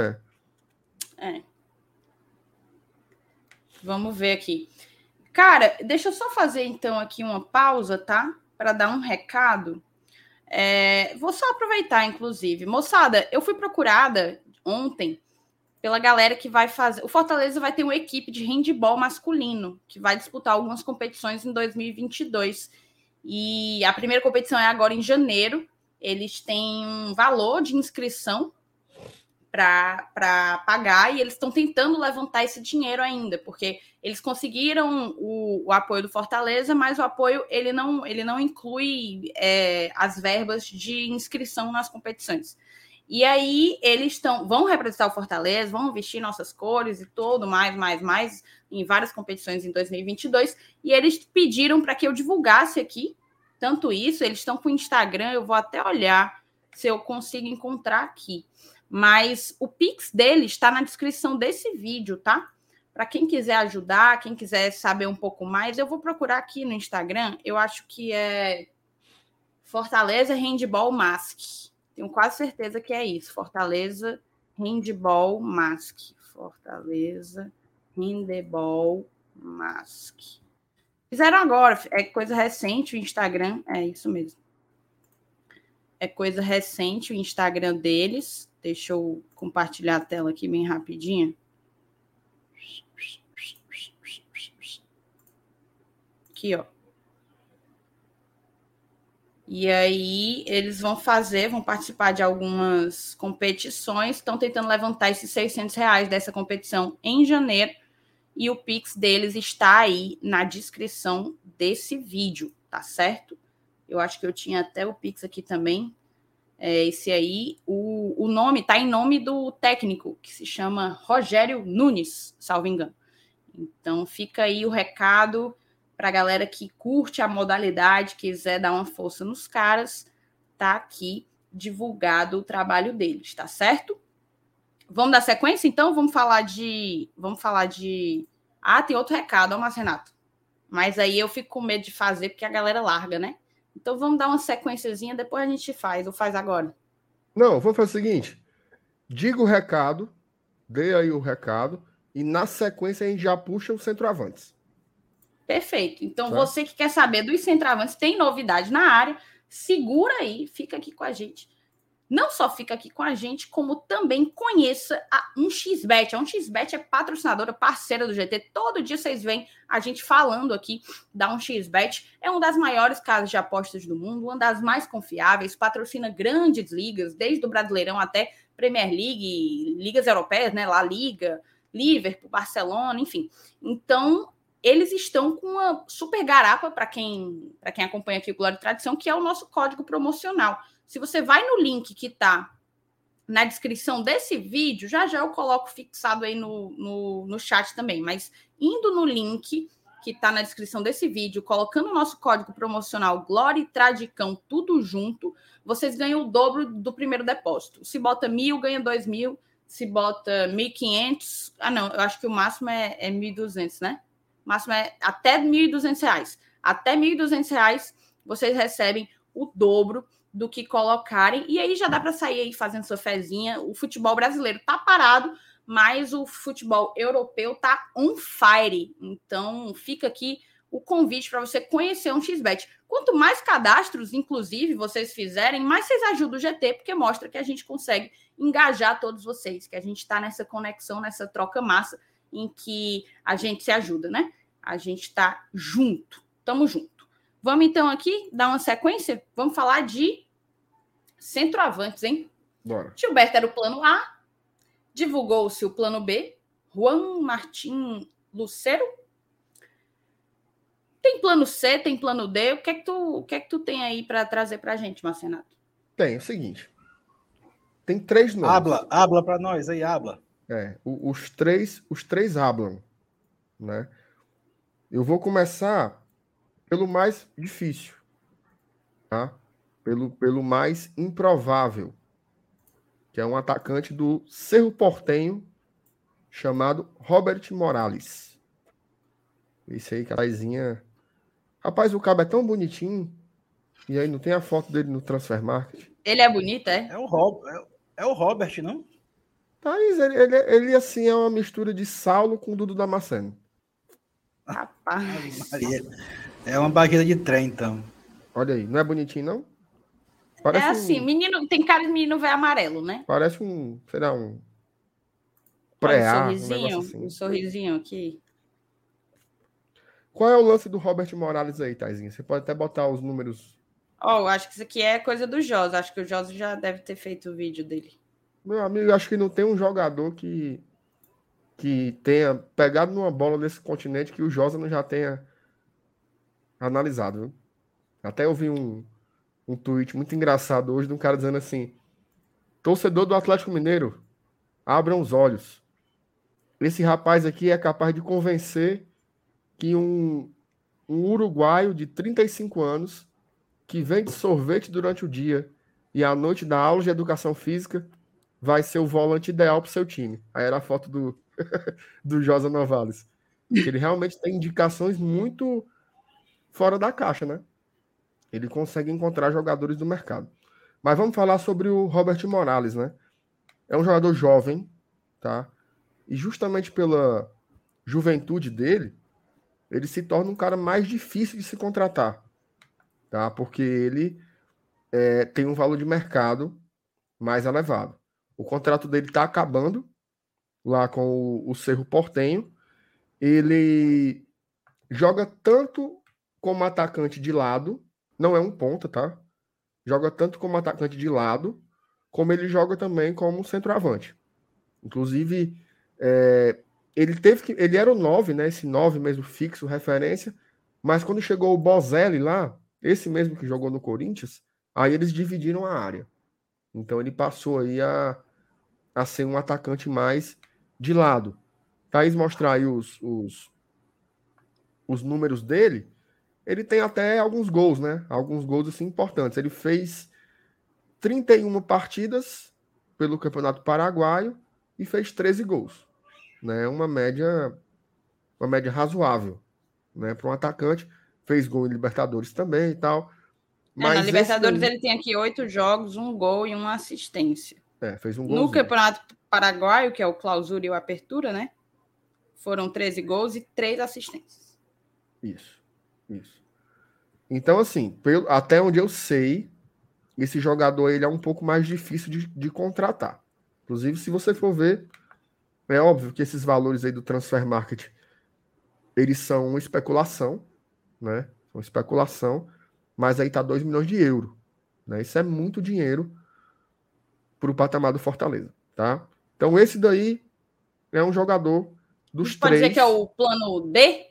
Vamos ver aqui. Cara, deixa eu só fazer, então, aqui uma pausa, tá? Para dar um recado. Vou só aproveitar, inclusive. Moçada, eu fui procurada ontem pela galera que vai fazer... O Fortaleza vai ter uma equipe de handebol masculino que vai disputar algumas competições em 2022. E a primeira competição é agora em janeiro. Eles têm um valor de inscrição para pagar e eles estão tentando levantar esse dinheiro ainda, porque eles conseguiram o apoio do Fortaleza, mas o apoio ele não inclui as verbas de inscrição nas competições. E aí eles vão representar o Fortaleza, vão vestir nossas cores e tudo, mais, em várias competições em 2022, e eles pediram para que eu divulgasse aqui, tanto isso, eles estão com o Instagram, eu vou até olhar se eu consigo encontrar aqui. Mas o Pix dele está na descrição desse vídeo, tá? Para quem quiser ajudar, quem quiser saber um pouco mais, eu vou procurar aqui no Instagram. Eu acho que é Fortaleza Handball Mask. Tenho quase certeza que é isso. Fortaleza Handball Mask. Fortaleza Handball Mask. Fizeram agora. É coisa recente o Instagram. É isso mesmo. É coisa recente o Instagram deles. Deixa eu compartilhar a tela aqui bem rapidinho. Aqui, ó. E aí eles vão participar de algumas competições, estão tentando levantar esses R$600 dessa competição em janeiro, e o Pix deles está aí na descrição desse vídeo, tá certo? Eu acho que eu tinha até o Pix aqui também. Esse aí, o nome está em nome do técnico, que se chama Rogério Nunes, salvo engano. Então, fica aí o recado para a galera que curte a modalidade, quiser dar uma força nos caras, tá aqui divulgado o trabalho deles, tá certo? Vamos dar sequência, então? Vamos falar de... Ah, tem outro recado, ó, Márcio Renato. Mas aí eu fico com medo de fazer, porque a galera larga, né? Então, vamos dar uma sequenciazinha, depois a gente faz, ou faz agora? Não, vou fazer o seguinte. Diga o recado, dê aí o recado, e na sequência a gente já puxa os centroavantes. Perfeito. Então, você que quer saber dos centroavantes, tem novidade na área, segura aí, fica aqui com a gente. Não só fica aqui com a gente, como também conheça a 1xBet. A 1xBet é patrocinadora, parceira do GT. Todo dia vocês veem a gente falando aqui da 1xBet. É uma das maiores casas de apostas do mundo, uma das mais confiáveis, patrocina grandes ligas, desde o Brasileirão até Premier League, ligas europeias, né? La Liga, Liverpool, Barcelona, enfim. Então, eles estão com uma super garapa para quem acompanha aqui o Glória e Tradição, que é o nosso código promocional. Se você vai no link que está na descrição desse vídeo, já eu coloco fixado aí no chat também, mas indo no link que está na descrição desse vídeo, colocando o nosso código promocional Glória e Tradicão, tudo junto, vocês ganham o dobro do primeiro depósito. Se bota 1.000, ganha 2.000. Se bota 1.500... Ah, não, eu acho que o máximo é 1.200, né? O máximo é até R$1.200. Até R$1.200 vocês recebem o dobro do que colocarem, e aí já dá para sair aí fazendo sua fezinha. O futebol brasileiro tá parado, mas o futebol europeu tá on fire. Então fica aqui o convite para você conhecer um 1xBet. Quanto mais cadastros, inclusive, vocês fizerem, mais vocês ajudam o GT, porque mostra que a gente consegue engajar todos vocês, que a gente está nessa conexão, nessa troca massa, em que a gente se ajuda, né? A gente tá junto, tamo junto. Vamos então aqui dar uma sequência? Vamos falar de centroavantes, hein? Bora. Gilberto era o plano A, divulgou-se o plano B, Juan Martín Lucero. Tem plano C, tem plano D. O que é que tu tem aí para trazer para a gente, Marcenato? Tem, é o seguinte. Tem 3 nomes. Habla para nós aí, habla. Os três hablam, né? Eu vou começar pelo mais difícil, tá? Pelo mais improvável, que é um atacante do Cerro Porteño chamado Robert Morales. Esse aí, carazinha. Rapaz, o cabo é tão bonitinho e aí não tem a foto dele no Transfer Market. Ele é bonito, é? É o Robert, não? Thaís, ele assim é uma mistura de Saulo com Dudu Damasceno. Rapaz. Maria. É uma barriga de trem, então. Olha aí, não é bonitinho, não? Parece assim, menino, tem cara de menino velho amarelo, né? Parece um pré-A. Um sorrisinho aqui. Qual é o lance do Robert Morales aí, Taizinha? Você pode até botar os números. Acho que isso aqui é coisa do Josa. Acho que o Josa já deve ter feito o vídeo dele. Meu amigo, acho que não tem um jogador que tenha pegado numa bola desse continente que o Josa não já tenha analisado, viu? Até eu vi um tweet muito engraçado hoje de um cara dizendo assim: torcedor do Atlético Mineiro, abram os olhos. Esse rapaz aqui é capaz de convencer que um uruguaio de 35 anos que vende sorvete durante o dia e à noite dá aula de educação física vai ser o volante ideal para o seu time. Aí era a foto do Josa Novales. Ele realmente tem indicações muito fora da caixa, né? Ele consegue encontrar jogadores do mercado. Mas vamos falar sobre o Robert Morales, né? É um jogador jovem, tá? E justamente pela juventude dele, ele se torna um cara mais difícil de se contratar, tá? Porque ele tem um valor de mercado mais elevado. O contrato dele está acabando lá com o Cerro Porteño. Ele joga tanto como atacante de lado, não é um ponta, tá? Joga tanto como atacante de lado, como ele joga também como centroavante. Inclusive, ele era o 9, né? Esse 9 mesmo fixo, referência, mas quando chegou o Bozelli lá, esse mesmo que jogou no Corinthians, aí eles dividiram a área. Então ele passou aí a ser um atacante mais de lado. Thaís mostrar aí os números dele, ele tem até alguns gols, né? Alguns gols assim importantes. Ele fez 31 partidas pelo Campeonato Paraguaio e fez 13 gols, né? Uma média razoável, né, para um atacante. Fez gol em Libertadores também e tal. Mas na Libertadores ele tem aqui 8 jogos, 1 gol e 1 assistência. Fez um golzinho. No Campeonato Paraguaio, que é o Clausura e o Apertura, né? Foram 13 gols e 3 assistências. Isso. Então, assim, até onde eu sei, esse jogador ele é um pouco mais difícil de contratar. Inclusive, se você for ver, é óbvio que esses valores aí do Transfer Market, eles são uma especulação, né? São especulação, mas aí tá 2 milhões de euros, né? Isso é muito dinheiro para o patamar do Fortaleza, tá? Então, esse daí é um jogador dos 3. Pode dizer que é o plano D?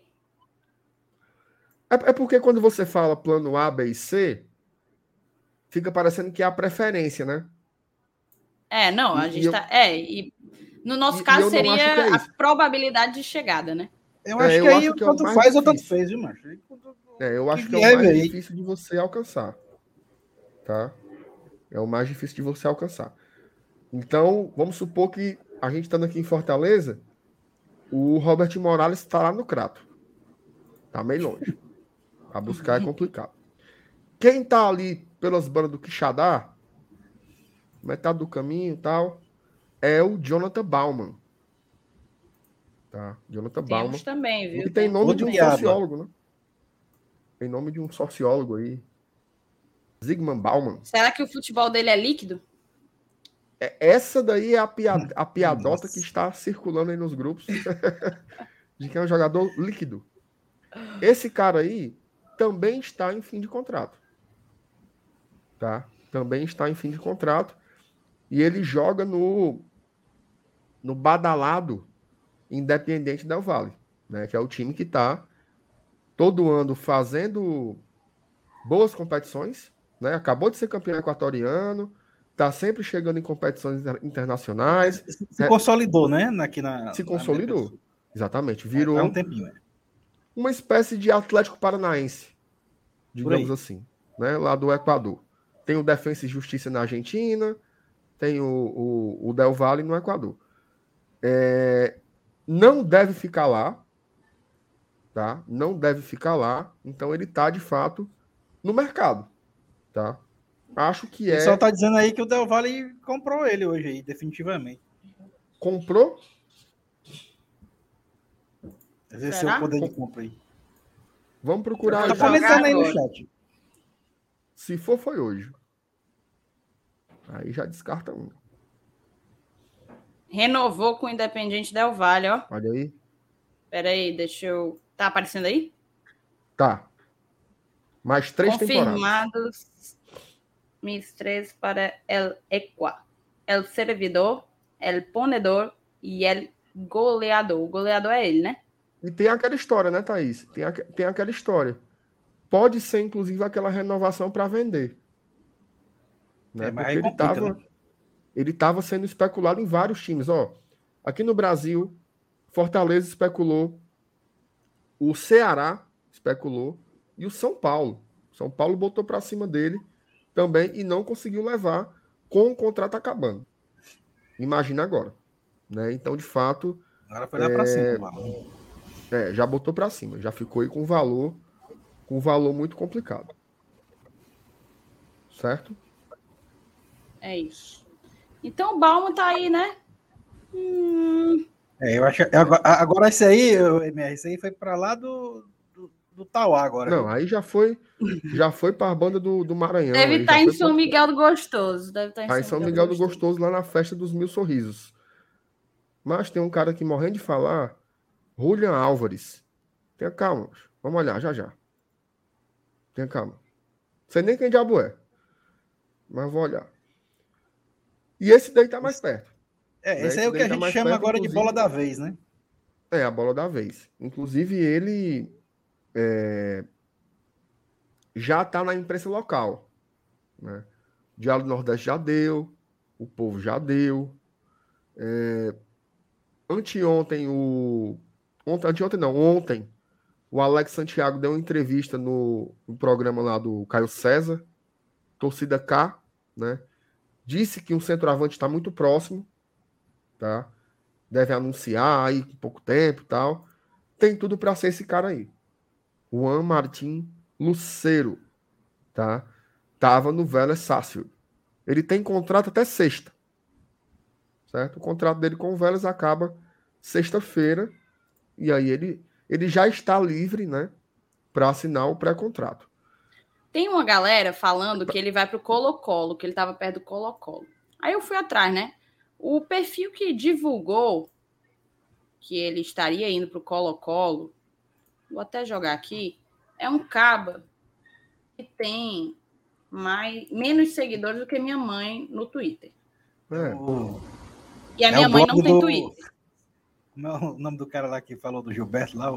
É porque quando você fala plano A, B e C, fica parecendo que é a preferência, né? Não, a gente tá... E no nosso caso seria a probabilidade de chegada, né? Eu acho que aí tanto faz ou tanto fez, viu, macho? Eu acho que é o mais difícil de você alcançar, tá? É o mais difícil de você alcançar. Então, vamos supor que a gente estando aqui em Fortaleza, o Robert Morales está lá no Crato. Tá meio longe. Pra buscar é complicado. Quem tá ali pelas bandas do Quixadá, metade do caminho e tal, é o Jonathan Bauman. Tá? Jonathan Bauman. Temos também, viu? Que tem nome de um sociólogo, né? Tem nome de um sociólogo aí. Zygmunt Bauman. Será que o futebol dele é líquido? Essa daí é a piadota que está circulando aí nos grupos. De que é um jogador líquido. Esse cara aí também está em fim de contrato. Tá? Também está em fim de contrato. E ele joga no badalado Independiente Del Valle, né? Que é o time que está todo ano fazendo boas competições, né? Acabou de ser campeão equatoriano, está sempre chegando em competições internacionais. Se consolidou, né? Se consolidou. Exatamente. Virou um tempinho, uma espécie de Atlético Paranaense, digamos assim, né? Lá do Equador. Tem o Defensa e Justiça na Argentina, tem o Del Valle no Equador. Não deve ficar lá, tá? Não deve ficar lá. Então ele tá, de fato, no mercado, tá? Acho que O pessoal tá dizendo aí que o Del Valle comprou ele hoje aí, definitivamente. Comprou? Exerceu o poder de compra aí. Vamos procurar. Tá comentando aí no chat. Se for, foi hoje. Aí já descarta um. Renovou com o Independiente Del Valle, ó. Olha aí. Pera aí, deixa eu... Tá aparecendo aí? Tá. Mais 3 temporadas. Confirmados mis 3 para el Equa. El servidor, el ponedor e el goleador. O goleador é ele, né? E tem aquela história, né, Thaís? Tem aquela história. Pode ser, inclusive, aquela renovação para vender. Né? Mas porque aí complica, né? ele estava sendo especulado em vários times. Ó, aqui no Brasil, Fortaleza especulou, o Ceará especulou e o São Paulo. São Paulo botou para cima dele também e não conseguiu levar com o contrato acabando. Imagina agora. Né? Então, de fato... Agora foi lá para cima, mano. já botou para cima. Já ficou aí com um valor muito complicado. Certo? É isso. Então o Bauman tá aí, né? Eu acho. Agora esse aí, MR, esse aí foi para lá do Tauá agora. Não, aí já foi para a banda do Maranhão. Deve estar em São Miguel do Gostoso. Deve estar em São Miguel do Gostoso, lá na festa dos 1000 sorrisos. Mas tem um cara aqui morrendo de falar, Julian Álvares. Tenha calma, vamos olhar já. Tenha calma. Não sei nem quem diabo é, mas vou olhar. E esse daí tá mais perto. Esse aí é o que a gente chama agora de bola da vez, né? A bola da vez. Inclusive, ele já tá na imprensa local. Né? Diário do Nordeste já deu, o Povo já deu. Ontem, o Alex Santiago deu uma entrevista no programa lá do Caio César, Torcida K, né? Disse que um centroavante está muito próximo, tá? Deve anunciar aí com pouco tempo e tal. Tem tudo para ser esse cara aí. Juan Martín Lucero, tá? Tava no Vélez Sarsfield. Ele tem contrato até sexta, certo? O contrato dele com o Vélez acaba sexta-feira e aí ele já está livre, né, para assinar o pré-contrato. Tem uma galera falando que ele vai pro Colo-Colo, que ele estava perto do Colo-Colo. Aí eu fui atrás, né? O perfil que divulgou que ele estaria indo pro Colo-Colo, vou até jogar aqui, é um caba que tem menos seguidores do que minha mãe no Twitter. E a minha mãe não tem Twitter. O nome do cara lá que falou do Gilberto lá,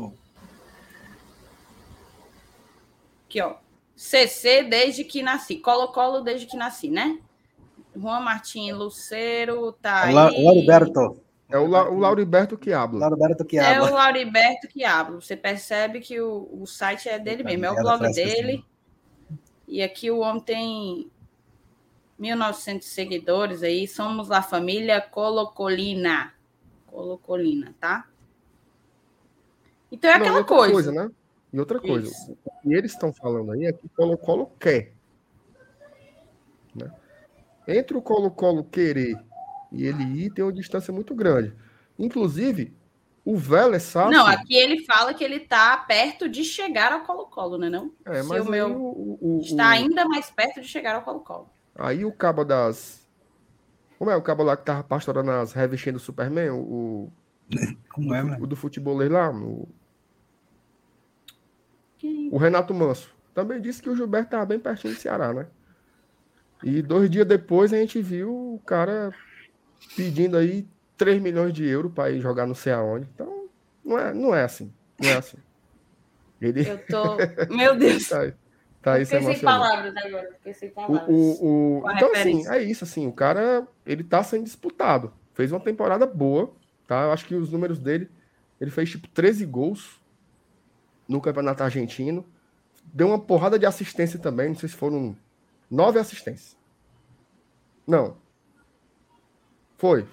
Aqui, ó. CC desde que nasci. Colo-Colo desde que nasci, né? Juan Martín Lucero tá aí. Lauriberto. É o Lauriberto que habla. É o Lauriberto que habla. Você percebe que o site é dele mesmo. É o blog dele. E aqui o homem tem 1.900 seguidores aí. Somos a família Colocolina. Colocolina, tá? Então é aquela coisa. Né? E outra coisa. Isso. O que eles estão falando aí é que o Colo-Colo quer. Né? Entre o Colo-Colo querer e ele ir, tem uma distância muito grande. Inclusive, o Vélez Sarsfield... Não, aqui ele fala que ele está perto de chegar ao Colo-Colo, né? Não? Mas o meu está ainda mais perto de chegar ao Colo-Colo. Aí o cabo das... Como é o cabo lá que estava pastorando as revistinhas do Superman? Como é, o do futebolês lá? O Renato Manso. Também disse que o Gilberto estava bem pertinho do Ceará, né? E 2 dias depois a gente viu o cara pedindo aí 3 milhões de euros para ir jogar não sei aonde. Então, não é assim. Não é assim. Eu tô... Meu Deus. Tá aí fiquei sem palavras agora. Fiquei sem palavras. Então, assim, é isso. Assim, o cara, ele tá sendo disputado. Fez uma temporada boa, tá? Eu acho que os números dele, ele fez tipo 13 gols no Campeonato Argentino. Deu uma porrada de assistência também. Não sei se foram 9 assistências. Não. Foi.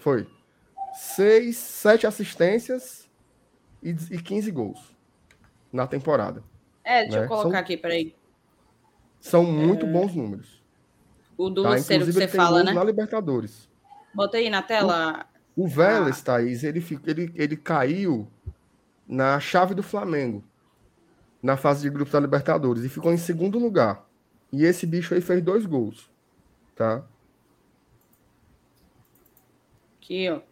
7 assistências e 15 gols na temporada. Deixa eu colocar aqui, peraí. São muito bons números. O do Lucero que você fala, né? Na Libertadores. Bota aí na tela. O Vélez, Thaís, ele caiu na chave do Flamengo, na fase de grupos da Libertadores, e ficou em segundo lugar. E esse bicho aí fez 2 gols, tá? Aqui, ó.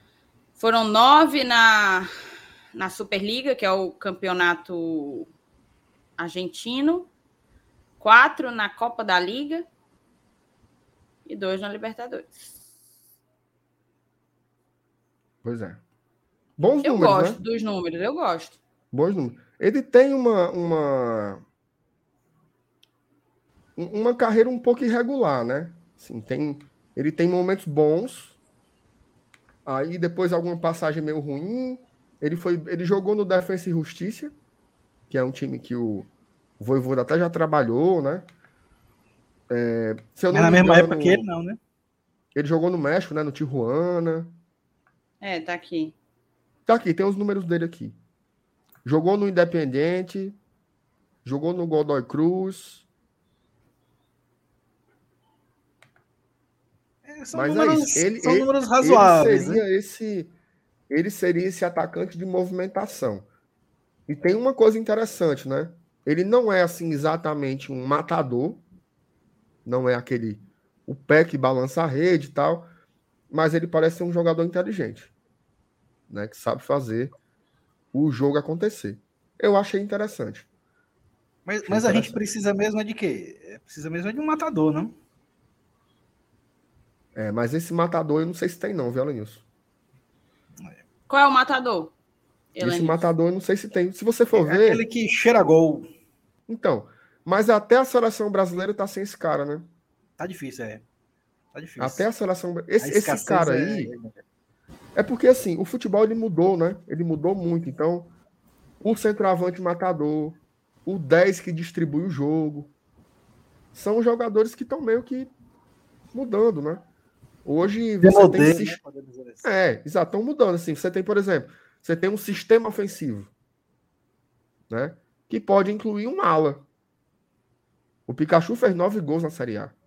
Foram 9 na Superliga, que é o campeonato argentino, 4 na Copa da Liga e 2 na Libertadores. Pois é. Bons Eu números, gosto né? dos números, eu gosto. Bons números. Ele tem uma carreira um pouco irregular, né? Assim, ele tem momentos bons, aí depois alguma passagem meio ruim. Ele jogou no Defensa e Justiça, que é um time que o Vojvoda até já trabalhou, né? Se eu Mas não na me mesma engano, época que ele, não, né? ele jogou no México, né? No Tijuana. Tá aqui. Tá aqui, tem os números dele aqui. Jogou no Independiente, jogou no Godoy Cruz. São Mas números, é isso. são números razoáveis, né? Ele seria esse atacante de movimentação. E tem uma coisa interessante, né? Ele não é assim exatamente um matador, não é o pé que balança a rede e tal, mas ele parece ser um jogador inteligente, né? Que sabe fazer o jogo acontecer. Eu achei interessante. Mas a gente precisa mesmo de quê? Precisa mesmo de um matador, não? Mas esse matador eu não sei se tem não, viu, Alanilson? Qual é o matador? Esse matador eu não sei se tem. Se você for ver... Aquele que cheira gol. Então, mas até a seleção brasileira tá sem esse cara, né? Tá difícil, Tá difícil. Até a seleção... Esse cara aí... É porque, assim, o futebol ele mudou, né? Ele mudou muito. Então, o centroavante matador, o 10 que distribui o jogo, são jogadores que estão meio que mudando, né? Hoje você tem... exato, estão mudando. Assim, você tem, por exemplo, você tem um sistema ofensivo, né? Que pode incluir um ala. O Pikachu fez 9 gols na Série A.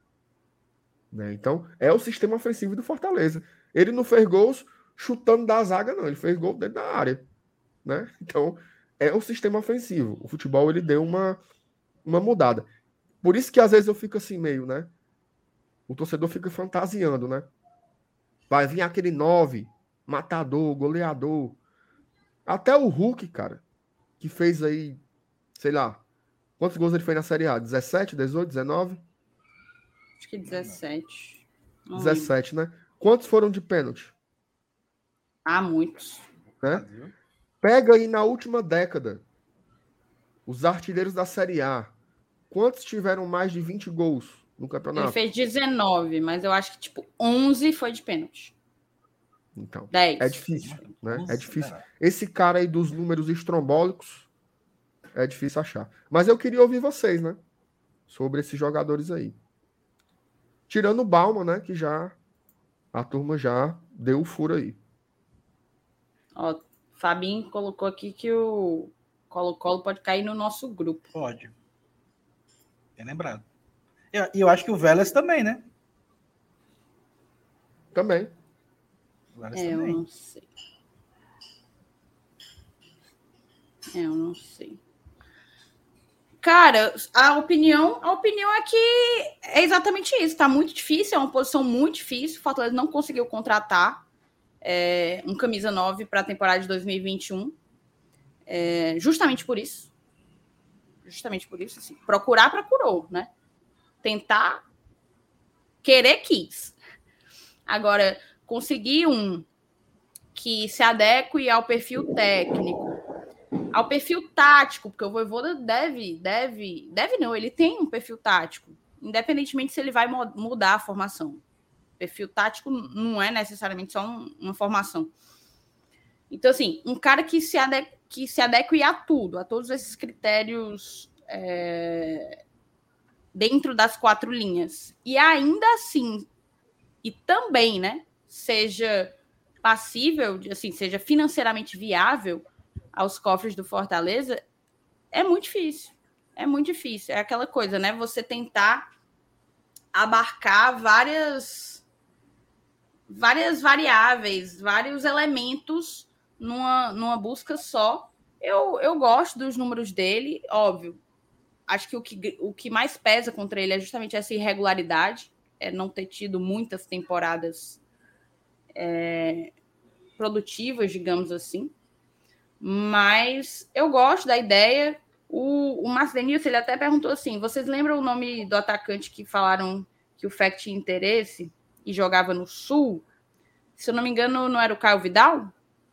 Né? Então, é o sistema ofensivo do Fortaleza. Ele não fez gols chutando da zaga, não. Ele fez gol dentro da área. Né? Então, é o sistema ofensivo. O futebol, ele deu uma mudada. Por isso que, às vezes, eu fico assim meio, né? O torcedor fica fantasiando, né? Vai vir aquele 9, matador, goleador. Até o Hulk, cara, que fez aí, sei lá, quantos gols ele fez na Série A? 17, 18, 19? Acho que 17. 17, né? Quantos foram de pênalti? Muitos. Né? Pega aí na última década os artilheiros da Série A. Quantos tiveram mais de 20 gols no campeonato? Ele fez 19, mas eu acho que tipo 11 foi de pênalti. Então, 10. é difícil, né? É difícil. Esse cara aí dos números estrombólicos é difícil achar. Mas eu queria ouvir vocês, né? Sobre esses jogadores aí. Tirando o Bauman, né? Que a turma já deu o furo aí. Ó, Fabinho colocou aqui que o Colo-Colo pode cair no nosso grupo. Pode. Bem lembrado. E eu acho que o Vélez também, né? Também. Eu não sei. Eu não sei. Cara, a opinião é que é exatamente isso. Tá muito difícil, é uma posição muito difícil. O Fortaleza não conseguiu contratar um camisa 9 para a temporada de 2021. Justamente por isso. Assim, procurou, né? Tentar, querer quis. Agora, conseguir um que se adeque ao perfil técnico, ao perfil tático, porque o Vojvoda deve não, ele tem um perfil tático, independentemente se ele vai mudar a formação. Perfil tático não é necessariamente só uma formação. Então, assim, um cara que se adeque a tudo, a todos esses critérios dentro das 4 linhas. E ainda assim, e também, né, seja passível, assim, seja financeiramente viável aos cofres do Fortaleza, é muito difícil. É muito difícil. É aquela coisa, né? Você tentar abarcar várias variáveis, vários elementos numa busca só. Eu gosto dos números dele, óbvio. Acho que o que mais pesa contra ele é justamente essa irregularidade, não ter tido muitas temporadas produtivas, digamos assim. Mas eu gosto da ideia. O Márcio Denilson, ele até perguntou assim, vocês lembram o nome do atacante que falaram que o FEC tinha interesse e jogava no Sul? Se eu não me engano, não era o Caio Vidal?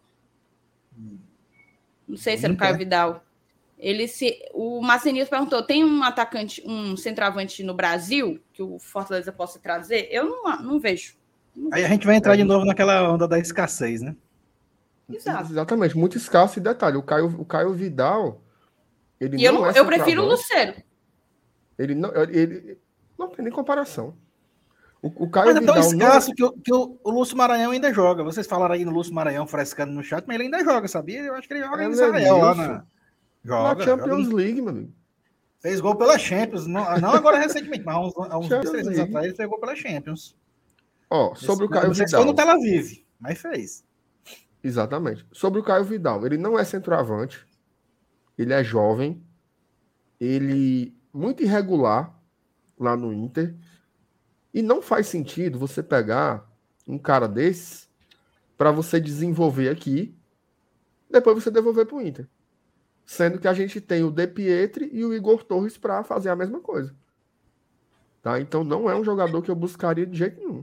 Não sei se era o Caio Vidal. O Márcio Denilson perguntou, tem um atacante, um centroavante no Brasil que o Fortaleza possa trazer? Eu não vejo. Aí a gente vai entrar de novo naquela onda da escassez, né? Exato. Exatamente, muito escasso e detalhe. O Caio Vidal, ele E não é eu prefiro o Lucero. Ele não tem nem comparação. O Caio Mas é Vidal tão escasso que o Lúcio Maranhão ainda joga. Vocês falaram aí no Lúcio Maranhão frescando no chat, mas ele ainda joga, sabia? Eu acho que ele joga em Israel lá na Champions League, meu amigo. Fez gol pela Champions. Não agora recentemente, mas há uns 2, 3 anos atrás ele fez gol pela Champions. Sobre o Caio Vidal. Foi no Tel Aviv, mas fez. Exatamente. Sobre o Caio Vidal, ele não é centroavante, ele é jovem, ele muito irregular lá no Inter, e não faz sentido você pegar um cara desses para você desenvolver aqui, depois você devolver para o Inter. Sendo que a gente tem o De Pietri e o Igor Torres para fazer a mesma coisa. Tá? Então não é um jogador que eu buscaria de jeito nenhum.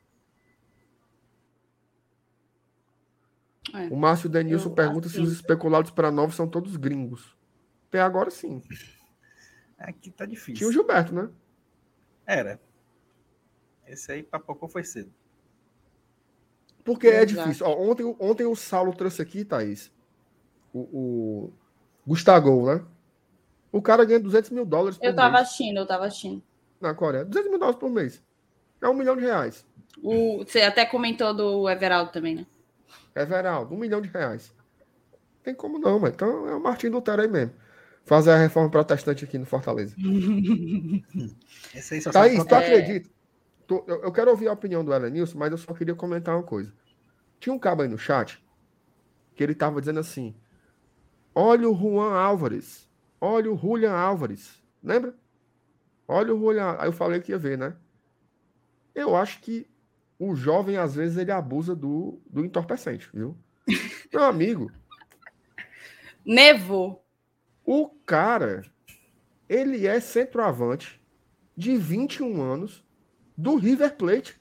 O Márcio Denilson pergunta se os especulados para novos são todos gringos. Até agora, sim. Aqui tá difícil. Tinha o Gilberto, né? Era. Esse aí papocou foi cedo. Porque é difícil. Ontem o Saulo trouxe aqui, Thaís, o Gustavo, né? O cara ganha $200 mil por mês. Eu tava assistindo. Na Coreia. $200 mil por mês. É R$1 milhão. Você até comentou do Everaldo também, né? Everaldo, R$1 milhão. Tem como não, mas então é o Martim Lutero aí mesmo. Fazer a reforma protestante aqui no Fortaleza. Esse aí só Thaís, tu acredita? Eu quero ouvir a opinião do Elenilson, mas eu só queria comentar uma coisa. Tinha um cabo aí no chat que ele tava dizendo assim: olha o Juan Álvares. Olha o Julian Álvares. Lembra? Olha o Julian. Aí eu falei que ia ver, né? Eu acho que o jovem, às vezes, ele abusa do entorpecente, viu? Meu amigo. Nevou. O cara, ele é centroavante de 21 anos do River Plate.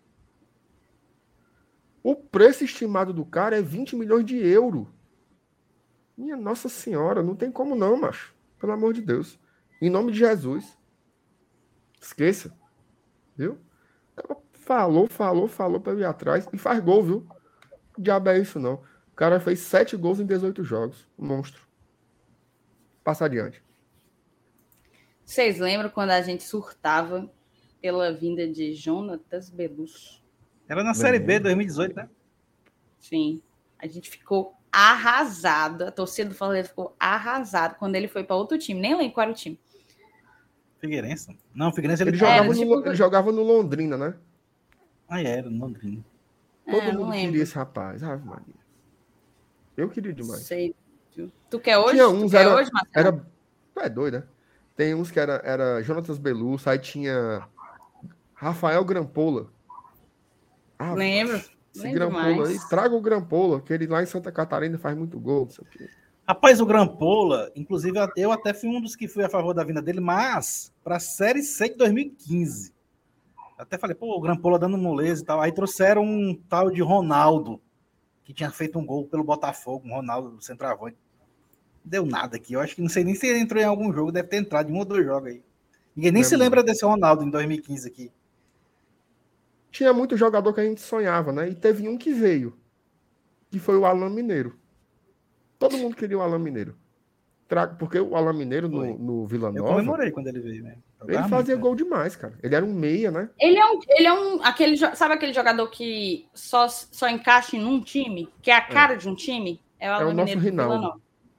O preço estimado do cara é 20 milhões de euros. Minha Nossa Senhora, não tem como não, macho. Pelo amor de Deus. Em nome de Jesus. Esqueça. Viu? O cara falou pra eu ir atrás e faz gol, viu? O diabo é isso, não. O cara fez 7 gols em 18 jogos. Um monstro. Passa adiante. Vocês lembram quando a gente surtava pela vinda de Jonatas Belus? Era na Série B 2018, né? Sim. A gente ficou arrasado. A torcida do Fortaleza ficou arrasada quando ele foi para outro time. Nem lembro qual era o time. Figueirense? Não, Figueirense ele jogava no Londrina, né? Era no Londrina. Todo mundo queria esse rapaz. Ave Maria. Eu queria demais. Sei. Tu quer hoje? Tinha uns, hoje, Marcelo? Tu é doido, né? Tem uns que era Jonatas Belus, aí tinha Rafael Grampola. Lembro. Esse Grampola aí, traga o Grampola, que ele lá em Santa Catarina faz muito gol, não sei o quê. Rapaz, o Grampola, inclusive eu até fui um dos que fui a favor da vinda dele, mas para a Série C de 2015. Até falei, pô, o Grampola dando moleza e tal. Aí trouxeram um tal de Ronaldo, que tinha feito um gol pelo Botafogo, um Ronaldo centroavante. Deu nada aqui. Eu acho que não sei nem se ele entrou em algum jogo, deve ter entrado em 1 ou 2 jogos aí. Ninguém nem se lembra desse Ronaldo em 2015 aqui. Tinha muito jogador que a gente sonhava, né? E teve um que veio, que foi o Alan Mineiro. Todo mundo queria o Alan Mineiro. Porque o Alan Mineiro no Vila Nova... Eu comemorei quando ele veio, né? Ele fazia gol demais, cara. Ele era um meia, né? Ele é um sabe aquele jogador que só encaixa em um time? Que é a cara de um time? É o Alan nosso Rinaldo.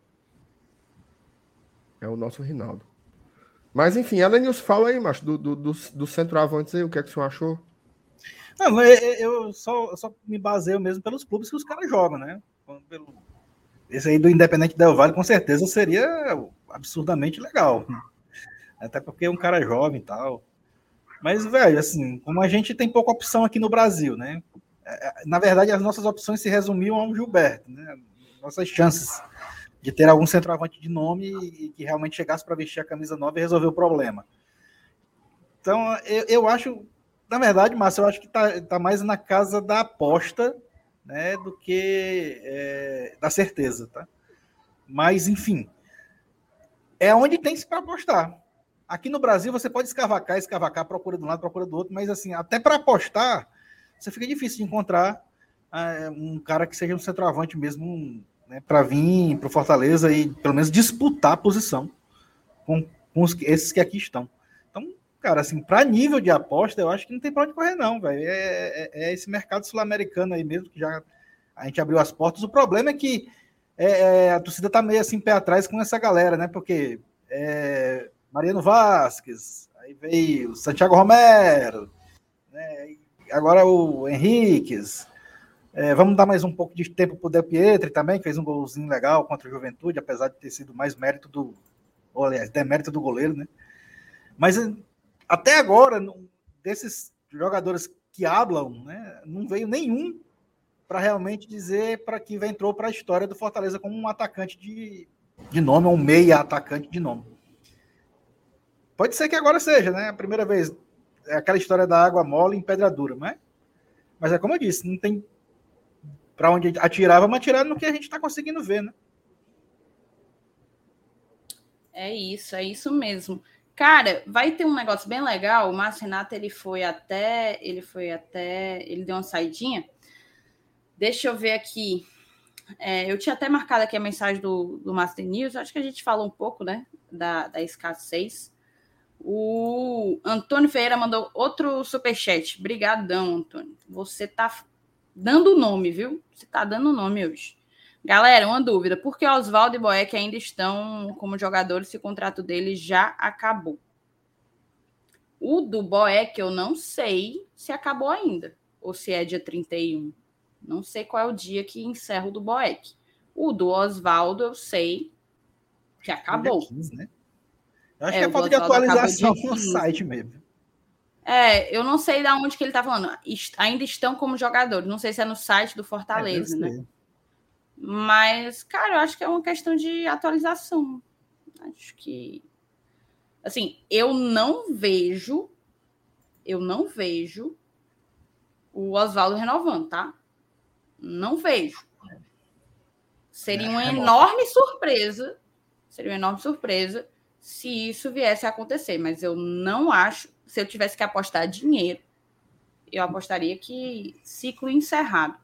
É o nosso Rinaldo. Mas, enfim, Elenilson, fala aí, macho, do centroavantes aí, o que é que o senhor achou? Não, eu só me baseio mesmo pelos clubes que os caras jogam, né? Esse aí do Independente Del Valle, com certeza, seria absurdamente legal. Até porque é um cara jovem e tal. Mas, velho, assim, como a gente tem pouca opção aqui no Brasil, né? Na verdade, as nossas opções se resumiam ao Gilberto, né? Nossas chances de ter algum centroavante de nome e que realmente chegasse para vestir a camisa 9 e resolver o problema. Então, eu acho, na verdade, Márcio, eu acho que tá mais na casa da aposta, né, do que da certeza, tá? Mas, enfim, é onde tem se para apostar. Aqui no Brasil, você pode escavacar, procura de um lado, procura do outro, mas, assim, até para apostar, você fica difícil de encontrar um cara que seja um centroavante mesmo, né, para vir para o Fortaleza e, pelo menos, disputar a posição com esses que aqui estão. Então, cara, assim, para nível de aposta, eu acho que não tem para onde correr, não, velho. É esse mercado sul-americano aí mesmo, que já a gente abriu as portas. O problema é que a torcida tá meio assim, pé atrás com essa galera, né? Porque Mariano Vasquez, aí veio o Santiago Romero, né? Agora o Henriquez. Vamos dar mais um pouco de tempo pro Del Pietri também, que fez um golzinho legal contra o Juventude, apesar de ter sido mais mérito demérito do goleiro, né? Mas até agora, desses jogadores que hablam, né, não veio nenhum para realmente dizer para que entrou para a história do Fortaleza como um atacante de nome, ou um meia atacante de nome. Pode ser que agora seja, né? A primeira vez, aquela história da água mole em pedra dura, mas é como eu disse, não tem para onde atirar, vamos atirar no que a gente está conseguindo ver, né? É isso mesmo. Cara, vai ter um negócio bem legal. O Márcio Renato, ele deu uma saidinha. Deixa eu ver aqui. Eu tinha até marcado aqui a mensagem do Master News. Acho que a gente falou um pouco, né, da escassez. O Antônio Ferreira mandou outro superchat. Brigadão, Antônio. Você tá dando o nome, viu? Você tá dando o nome hoje. Galera, uma dúvida. Por que Oswaldo e Boeck ainda estão como jogadores se o contrato deles já acabou? O do Boeck eu não sei se acabou ainda. Ou se é dia 31. Não sei qual é o dia que encerra o do Boeck. O do Oswaldo eu sei que acabou. Dia 15, né? Eu acho que é falta de atualização no site mesmo. Eu não sei de onde que ele tá falando. Ainda estão como jogadores. Não sei se é no site do Fortaleza, né? Mas, cara, eu acho que é uma questão de atualização. Acho que... Assim, eu não vejo o Oswaldo renovando, tá? Não vejo. Seria uma enorme surpresa se isso viesse a acontecer. Mas eu não acho... Se eu tivesse que apostar dinheiro, eu apostaria que ciclo encerrado.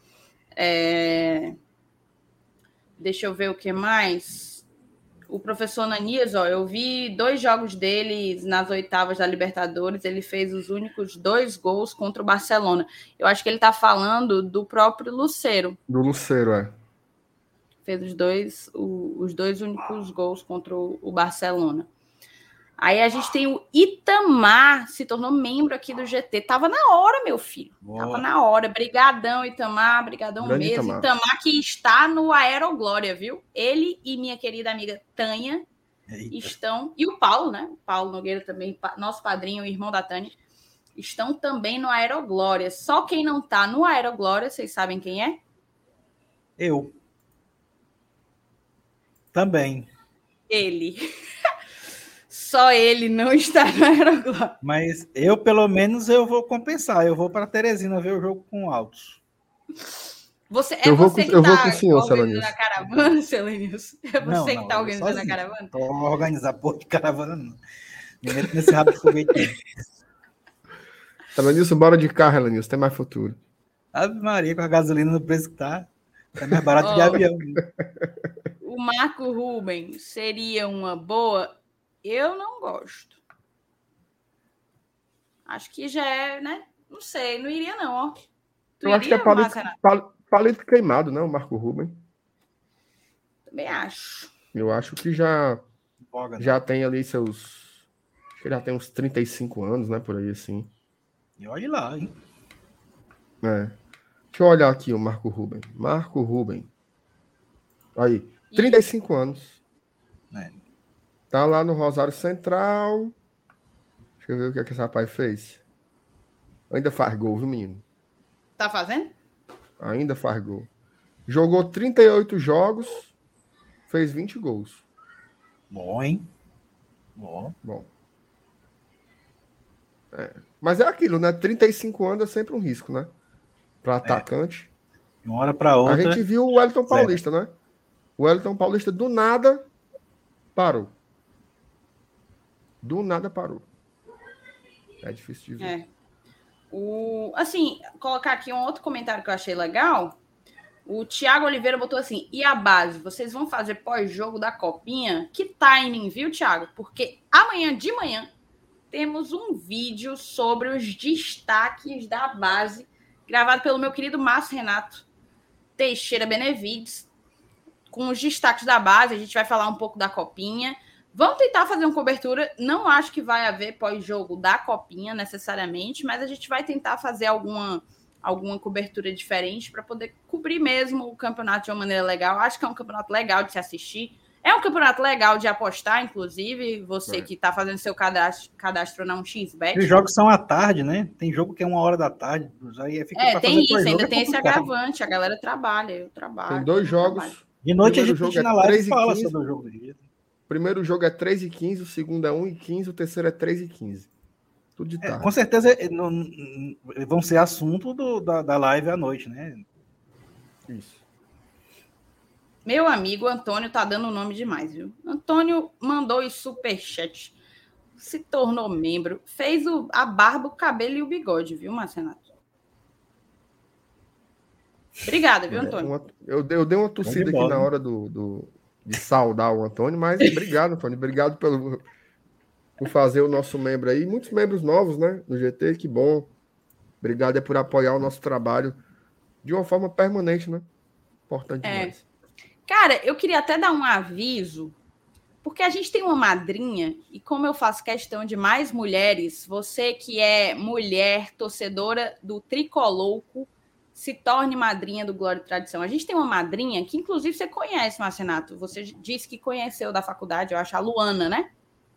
Deixa eu ver o que mais. O professor Nanias, eu vi 2 jogos dele nas oitavas da Libertadores. Ele fez os únicos 2 gols contra o Barcelona. Eu acho que ele está falando do próprio Lucero. Do Lucero, Fez os dois únicos gols contra o Barcelona. Aí a gente tem o Itamar, se tornou membro aqui do GT. Tava na hora, meu filho. Boa. Tava na hora. Brigadão, Itamar. Brigadão grande mesmo. Itamar que está no Aeroglória, viu? Ele e minha querida amiga Tânia estão... E o Paulo, né? O Paulo Nogueira também, nosso padrinho, irmão da Tânia. Estão também no Aeroglória. Só quem não tá no Aeroglória, vocês sabem quem é? Eu. Também. Ele. Só ele não está no Aeroglória. Mas eu, pelo menos, eu vou compensar. Eu vou para Teresina ver o jogo com altos. Eu vou com o senhor, organizando a caravana, Celenilson? É você que está organizando a caravana? Não vou organizar porra de caravana, não. Me meto nesse rabo de foguete. Celenilson, bora de carro, Celenilson. Tem mais futuro. Ave Maria, com a gasolina no preço que tá. É mais barato de avião. O Marco Ruben seria uma boa... Eu não gosto. Acho que já é, né? Não sei, não iria não, ó. Eu acho que é palito queimado, não, Marco Ruben? Também acho. Eu acho que já tem ali seus... Acho que já tem uns 35 anos, né? Por aí, assim. E olha lá, hein? Deixa eu olhar aqui o Marco Ruben. Marco Ruben. Aí, 35 anos. Tá lá no Rosário Central. Deixa eu ver o que esse rapaz fez. Ainda faz gol, viu, menino? Tá fazendo? Ainda faz gol. Jogou 38 jogos. fez 20 gols. Bom, hein? Bom. Mas é aquilo, né? 35 anos é sempre um risco, né? Para atacante. De uma hora para outra. A gente viu o Wellington Paulista, né? O Wellington Paulista do nada parou. Do nada parou. É difícil de ver. Assim, colocar aqui um outro comentário que eu achei legal. O Thiago Oliveira botou assim: e a base? Vocês vão fazer pós-jogo da Copinha? Que timing, viu, Thiago? Porque amanhã de manhã temos um vídeo sobre os destaques da base, gravado pelo meu querido Márcio Renato Teixeira Benevides, com os destaques da base. A gente vai falar um pouco da Copinha. Vamos tentar fazer uma cobertura. Não acho que vai haver pós-jogo da Copinha, necessariamente, mas a gente vai tentar fazer alguma cobertura diferente para poder cobrir mesmo o campeonato de uma maneira legal. Acho que é um campeonato legal de se assistir. É um campeonato legal de apostar, inclusive. Você que está fazendo seu cadastro na 1xBet. Os jogos são à tarde, né? Tem jogo que é 1h. Aí fica tem isso, ainda tem esse agravante. A galera trabalha, eu trabalho. Tem 2 jogos. De noite a gente na live fala sobre o jogo do dia. O primeiro jogo é 3h15, o segundo é 1h15, o terceiro é 3h15. Tudo de tarde. Com certeza vão ser assunto da live à noite, né? Isso. Meu amigo Antônio tá dando o nome demais, viu? Antônio mandou os superchats, se tornou membro, fez a barba, o cabelo e o bigode, viu, Marcenato? Obrigada, viu, Antônio? Eu dei uma tossida aqui na hora de saudar o Antônio, mas obrigado, Antônio. Obrigado por fazer o nosso membro aí. Muitos membros novos, né? No GT, que bom. Obrigado por apoiar o nosso trabalho de uma forma permanente, né? Importante demais. Cara, eu queria até dar um aviso, porque a gente tem uma madrinha, e como eu faço questão de mais mulheres, você que é mulher, torcedora do Tricolouco, se torne madrinha do Glória e Tradição. A gente tem uma madrinha que, inclusive, você conhece, Marcenato. Você disse que conheceu da faculdade, eu acho, a Luana, né?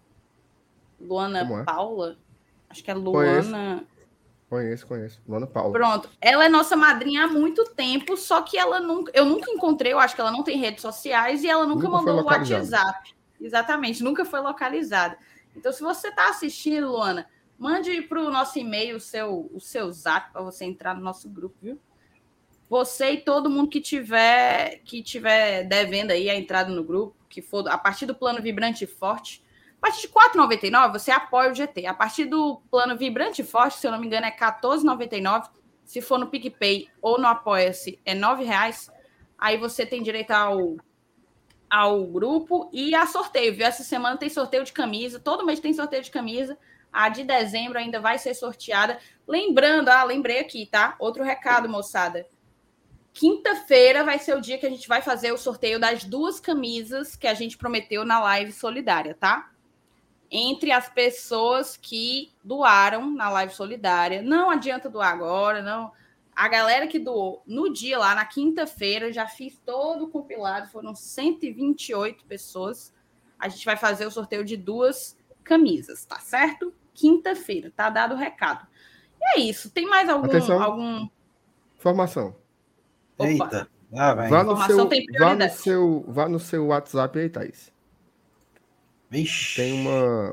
Luana Paula? Acho que é Luana... Conheço. Luana Paula. Pronto. Ela é nossa madrinha há muito tempo, só que eu nunca encontrei, eu acho que ela não tem redes sociais e ela nunca mandou o WhatsApp. Exatamente, nunca foi localizada. Então, se você está assistindo, Luana, mande para o nosso e-mail o seu zap para você entrar no nosso grupo, viu? Você e todo mundo que tiver devendo aí a entrada no grupo, que for a partir do plano Vibrante e Forte. A partir de R$ 4,99, você apoia o GT. A partir do plano Vibrante e Forte, se eu não me engano, é R$ 14,99. Se for no PicPay ou no Apoia-se, é R$ 9,00. Aí você tem direito ao grupo e a sorteio, viu? Essa semana tem sorteio de camisa. Todo mês tem sorteio de camisa. A de dezembro ainda vai ser sorteada. Lembrando, lembrei aqui, tá? Outro recado, moçada. Quinta-feira vai ser o dia que a gente vai fazer o sorteio das 2 camisas que a gente prometeu na live solidária, tá? Entre as pessoas que doaram na live solidária. Não adianta doar agora, não. A galera que doou no dia lá, na quinta-feira, já fiz todo o compilado, foram 128 pessoas. A gente vai fazer o sorteio de 2 camisas, tá certo? Quinta-feira, tá dado o recado. E é isso. Tem mais algum... Informação. Opa. Eita. Vá no seu WhatsApp aí, Thaís. Vixe. Tem uma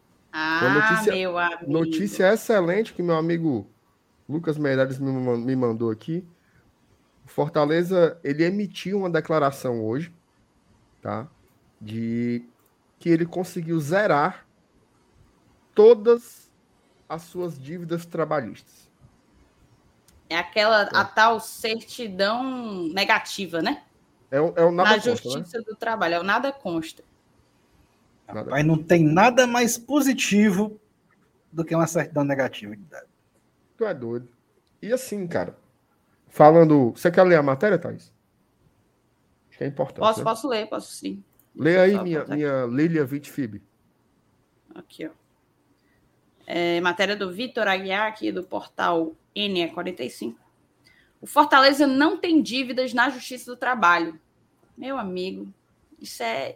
notícia excelente que meu amigo Lucas Meireles me mandou aqui. O Fortaleza, ele emitiu uma declaração hoje, tá? De que ele conseguiu zerar todas as suas dívidas trabalhistas. É a tal certidão negativa, né? É o nada na consta, Justiça, né? do Trabalho, é o nada consta. Rapaz, não tem nada mais positivo do que uma certidão negativa. Tu é doido. E assim, cara, falando... Você quer ler a matéria, Thaís? Acho que é importante. Posso ler, posso sim. Lê aí minha Lilia Vitfib. Aqui, ó. Matéria do Vitor Aguiar, aqui do portal NE45. O Fortaleza não tem dívidas na Justiça do Trabalho. Meu amigo, isso é...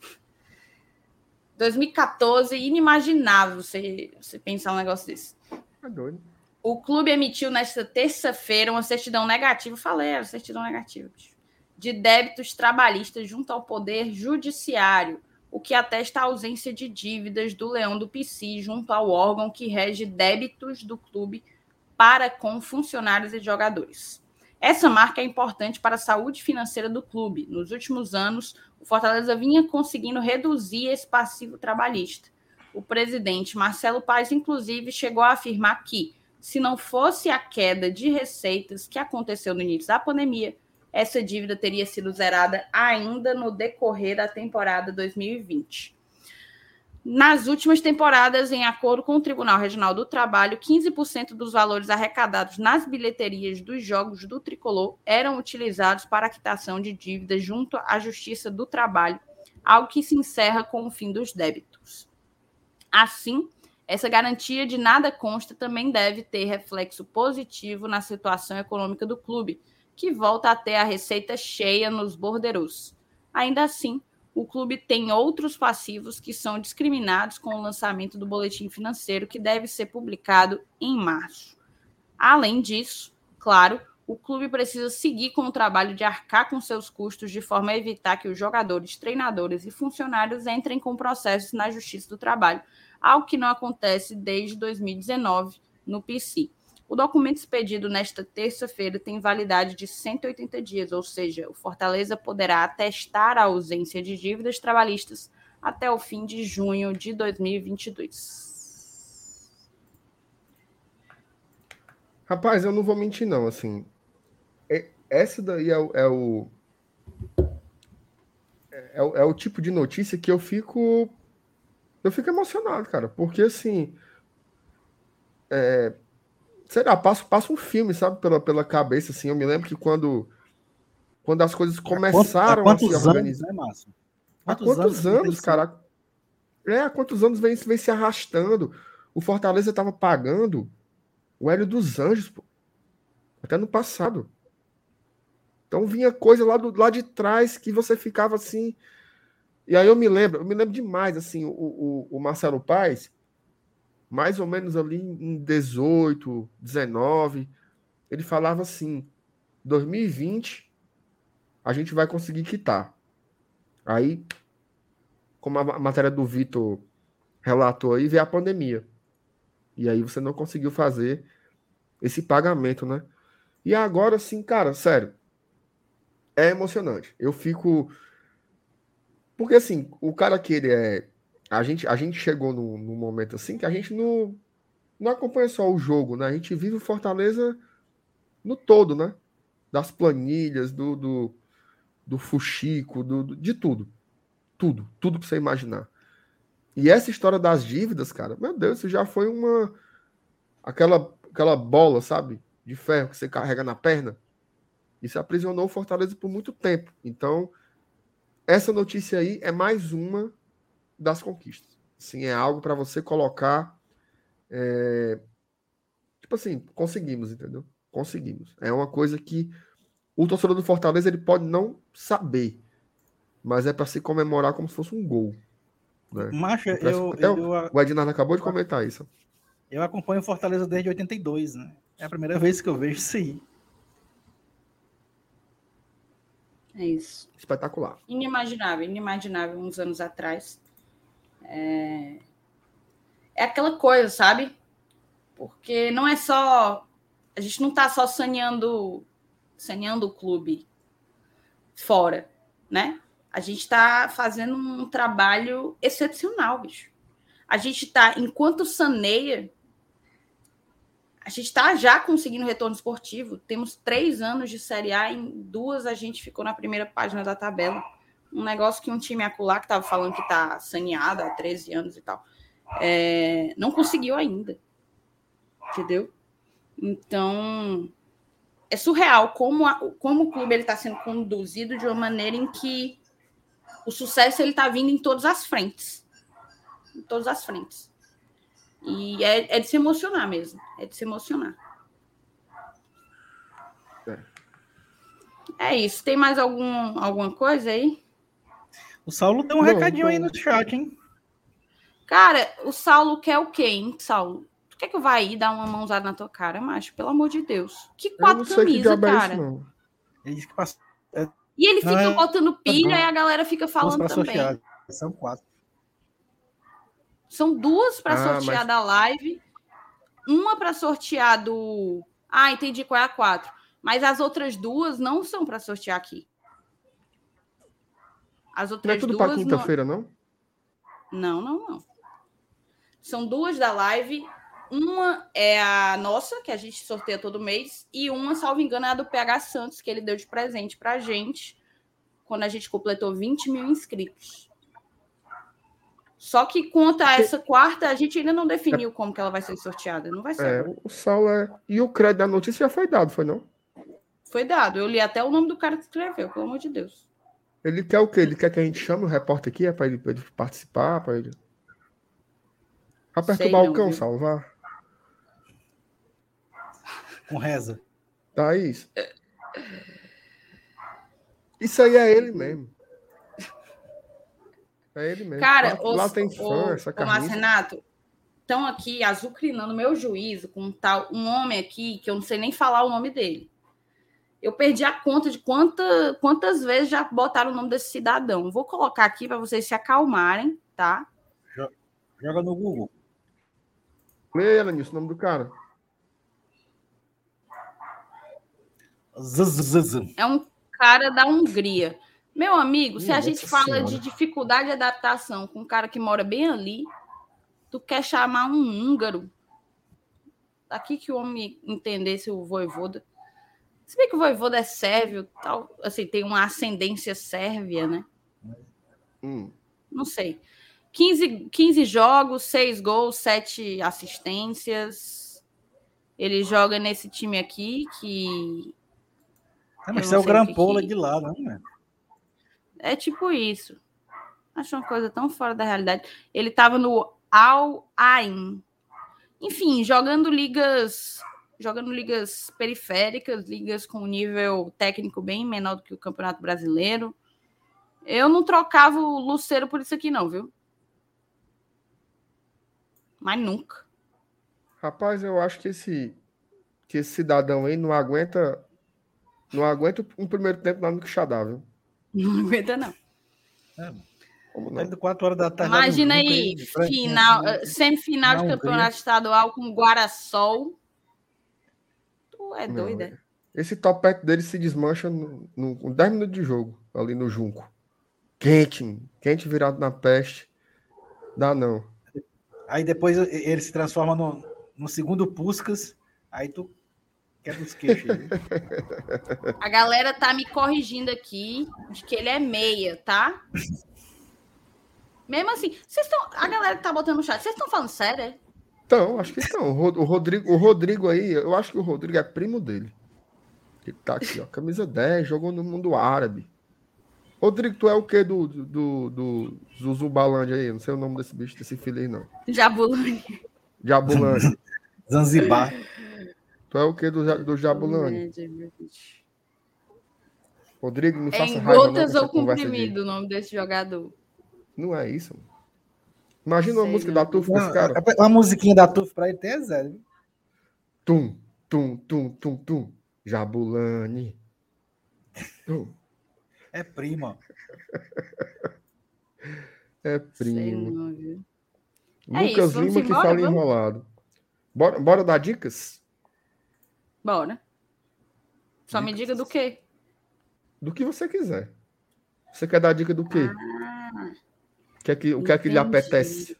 2014, inimaginável você pensar um negócio desse. É doido. O clube emitiu nesta terça-feira uma certidão negativa. Falei, era certidão negativa. de débitos trabalhistas junto ao Poder Judiciário, o que atesta a ausência de dívidas do Leão do PC junto ao órgão que rege débitos do clube para com funcionários e jogadores. Essa marca é importante para a saúde financeira do clube. Nos últimos anos, o Fortaleza vinha conseguindo reduzir esse passivo trabalhista. O presidente Marcelo Paes, inclusive, chegou a afirmar que, se não fosse a queda de receitas que aconteceu no início da pandemia, essa dívida teria sido zerada ainda no decorrer da temporada 2020. Nas últimas temporadas, em acordo com o Tribunal Regional do Trabalho, 15% dos valores arrecadados nas bilheterias dos jogos do Tricolor eram utilizados para a quitação de dívidas junto à Justiça do Trabalho, algo que se encerra com o fim dos débitos. Assim, essa garantia de nada consta também deve ter reflexo positivo na situação econômica do clube, que volta a ter a receita cheia nos borderôs. Ainda assim, o clube tem outros passivos que são discriminados com o lançamento do boletim financeiro, que deve ser publicado em março. Além disso, claro, o clube precisa seguir com o trabalho de arcar com seus custos de forma a evitar que os jogadores, treinadores e funcionários entrem com processos na Justiça do Trabalho, algo que não acontece desde 2019 no PC. O documento expedido nesta terça-feira tem validade de 180 dias, ou seja, o Fortaleza poderá atestar a ausência de dívidas trabalhistas até o fim de junho de 2022. Rapaz, eu não vou mentir não, assim, essa daí é o tipo de notícia que eu fico emocionado, cara, porque assim, sei lá, passa um filme, sabe, pela cabeça, assim. Eu me lembro que quando as coisas começaram a se organizar... Né, Márcio? Há quantos anos, cara? Há quantos anos vem se arrastando? O Fortaleza estava pagando o Hélio dos Anjos, pô, até no passado. Então vinha coisa lá de trás que você ficava assim... E aí eu me lembro demais, assim, o Marcelo Paes, mais ou menos ali em 18, 19, ele falava assim, 2020 a gente vai conseguir quitar. Aí, como a matéria do Vitor relatou aí, veio a pandemia. E aí você não conseguiu fazer esse pagamento, né? E agora sim, cara, sério, é emocionante. Eu fico... Porque assim, o cara que ele é... A gente chegou num momento assim que a gente não acompanha só o jogo, né? A gente vive o Fortaleza no todo, né? Das planilhas, do fuxico, de tudo. Tudo que você imaginar. E essa história das dívidas, cara, meu Deus, isso já foi aquela bola, sabe? De ferro que você carrega na perna. Isso aprisionou o Fortaleza por muito tempo. Então, essa notícia aí é mais uma das conquistas. Sim, é algo para você colocar... Tipo assim, conseguimos, entendeu? Conseguimos. É uma coisa que o torcedor do Fortaleza ele pode não saber, mas é para se comemorar como se fosse um gol. Né? Macho, o Ednardo acabou de comentar isso. Eu acompanho o Fortaleza desde 82, né? É a primeira vez que eu vejo isso aí. É isso. Espetacular. Inimaginável uns anos atrás. É aquela coisa, sabe? Porque não é só... A gente não está só saneando o clube fora, né? A gente está fazendo um trabalho excepcional, bicho. A gente está, enquanto saneia, a gente está já conseguindo retorno esportivo. Temos 3 anos de Série A, em 2 a gente ficou na primeira página da tabela. Um negócio que um time acolá que estava falando que está saneado há 13 anos e tal, não conseguiu ainda. Entendeu? Então, é surreal como o clube está sendo conduzido de uma maneira em que o sucesso está vindo em todas as frentes. Em todas as frentes. E é de se emocionar mesmo. É de se emocionar. É isso. Tem mais alguma coisa aí? O Saulo deu um recadinho aí no chat, hein? Cara, o Saulo quer o quê, hein, Saulo? Tu quer que eu vá aí dar uma mãozada na tua cara, macho? Pelo amor de Deus. Que 4 camisas, cara. Ele disse que passou E ele fica Não, botando pilha não. e a galera fica falando Para também. sortear. São 4. São 2 para sortear mas- da live, uma para sortear do... Ah, entendi qual é a 4. Mas as outras 2 não são para sortear aqui. As Não é outras tudo para 2 quinta-feira, não? Não. São 2 da live. Uma é a nossa, que a gente sorteia todo mês, e uma, salvo engano, é a do PH Santos, que ele deu de presente pra gente quando a gente completou 20 mil inscritos. Só que quanto a essa quarta, a gente ainda não definiu como que ela vai ser sorteada. Não vai ser agora. O Saulo é... E o crédito da notícia já foi dado, foi não? Foi dado. Eu li até o nome do cara que escreveu, pelo amor de Deus. Ele quer o quê? Ele quer que a gente chame o repórter aqui, pra ele participar, pra ele... Aperta Sei o balcão, não, viu? Saulo, vá. Com reza. Thaís. Isso aí é ele mesmo. É ele mesmo. Cara, lá tem fã, essa o carniça. Marcenato, estão aqui azucrinando meu juízo com um homem aqui que eu não sei nem falar o nome dele. Eu perdi a conta de quantas vezes já botaram o nome desse cidadão. Vou colocar aqui para vocês se acalmarem, tá? Joga no Google. Lê, Elenilson, o nome do cara. É um cara da Hungria. Meu amigo, se a Nossa gente fala Senhora. de dificuldade de adaptação com um cara que mora bem ali, tu quer chamar um húngaro? Daqui que o homem entendesse o Vojvoda. Se bem que o Vojvoda é sérvio, tal, assim, tem uma ascendência sérvia, né? Não sei. 15 jogos, 6 gols, 7 assistências. Ele joga nesse time aqui que... Mas você é o Grampola de lá, não é? É tipo isso. Acho uma coisa tão fora da realidade. Ele estava no Al Ain. Enfim, jogando ligas periféricas, ligas com nível técnico bem menor do que o Campeonato Brasileiro. Eu não trocava o Lucero por isso aqui, não, viu? Mas nunca. Rapaz, eu acho que esse cidadão aí não aguenta um primeiro tempo lá no Quixadá, viu? Não aguenta, não. Como Tá não? indo 4 horas da tarde. Imagina lá no aí, Junco, semifinal de na campeonato Hungria. estadual com Guarasol. Tu é doido, é? Esse topete dele se desmancha com 10 minutos de jogo, ali no Junco. Quente virado na peste. Dá não. Aí depois ele se transforma no segundo Puskas. Aí tu quebra os queixos. Aí. A galera tá me corrigindo aqui de que ele é meia, tá? Mesmo assim, a galera que tá botando no chat, vocês estão falando sério, é? Então, acho que então. O Rodrigo aí, eu acho que o Rodrigo é primo dele. Ele tá aqui, ó. Camisa 10, jogou no mundo árabe. Rodrigo, tu é o quê do Zuzubalândia aí? Não sei o nome desse bicho, desse filho aí, não. Jabulani. Jabulani. Zanzibar. Tu é o quê do Jabulani? Rodrigo, não É faça em raiva, não, gotas com essa ou conversa comprimido o nome desse jogador? Não é isso. Imagina uma Sei música não. da Tuf desse cara. Uma musiquinha da Tuf pra ele ter zero. Tum, tum, tum, tum, tum. Jabulani. Tum. É prima. É Sei primo. não, viu? Lucas isso, vamos Lima que embora, fala vamos? enrolado. Bora dar dicas? Bora. Só me diga do quê? Do que você quiser. Você quer dar dica do quê? O que é que lhe Entendi. apetece?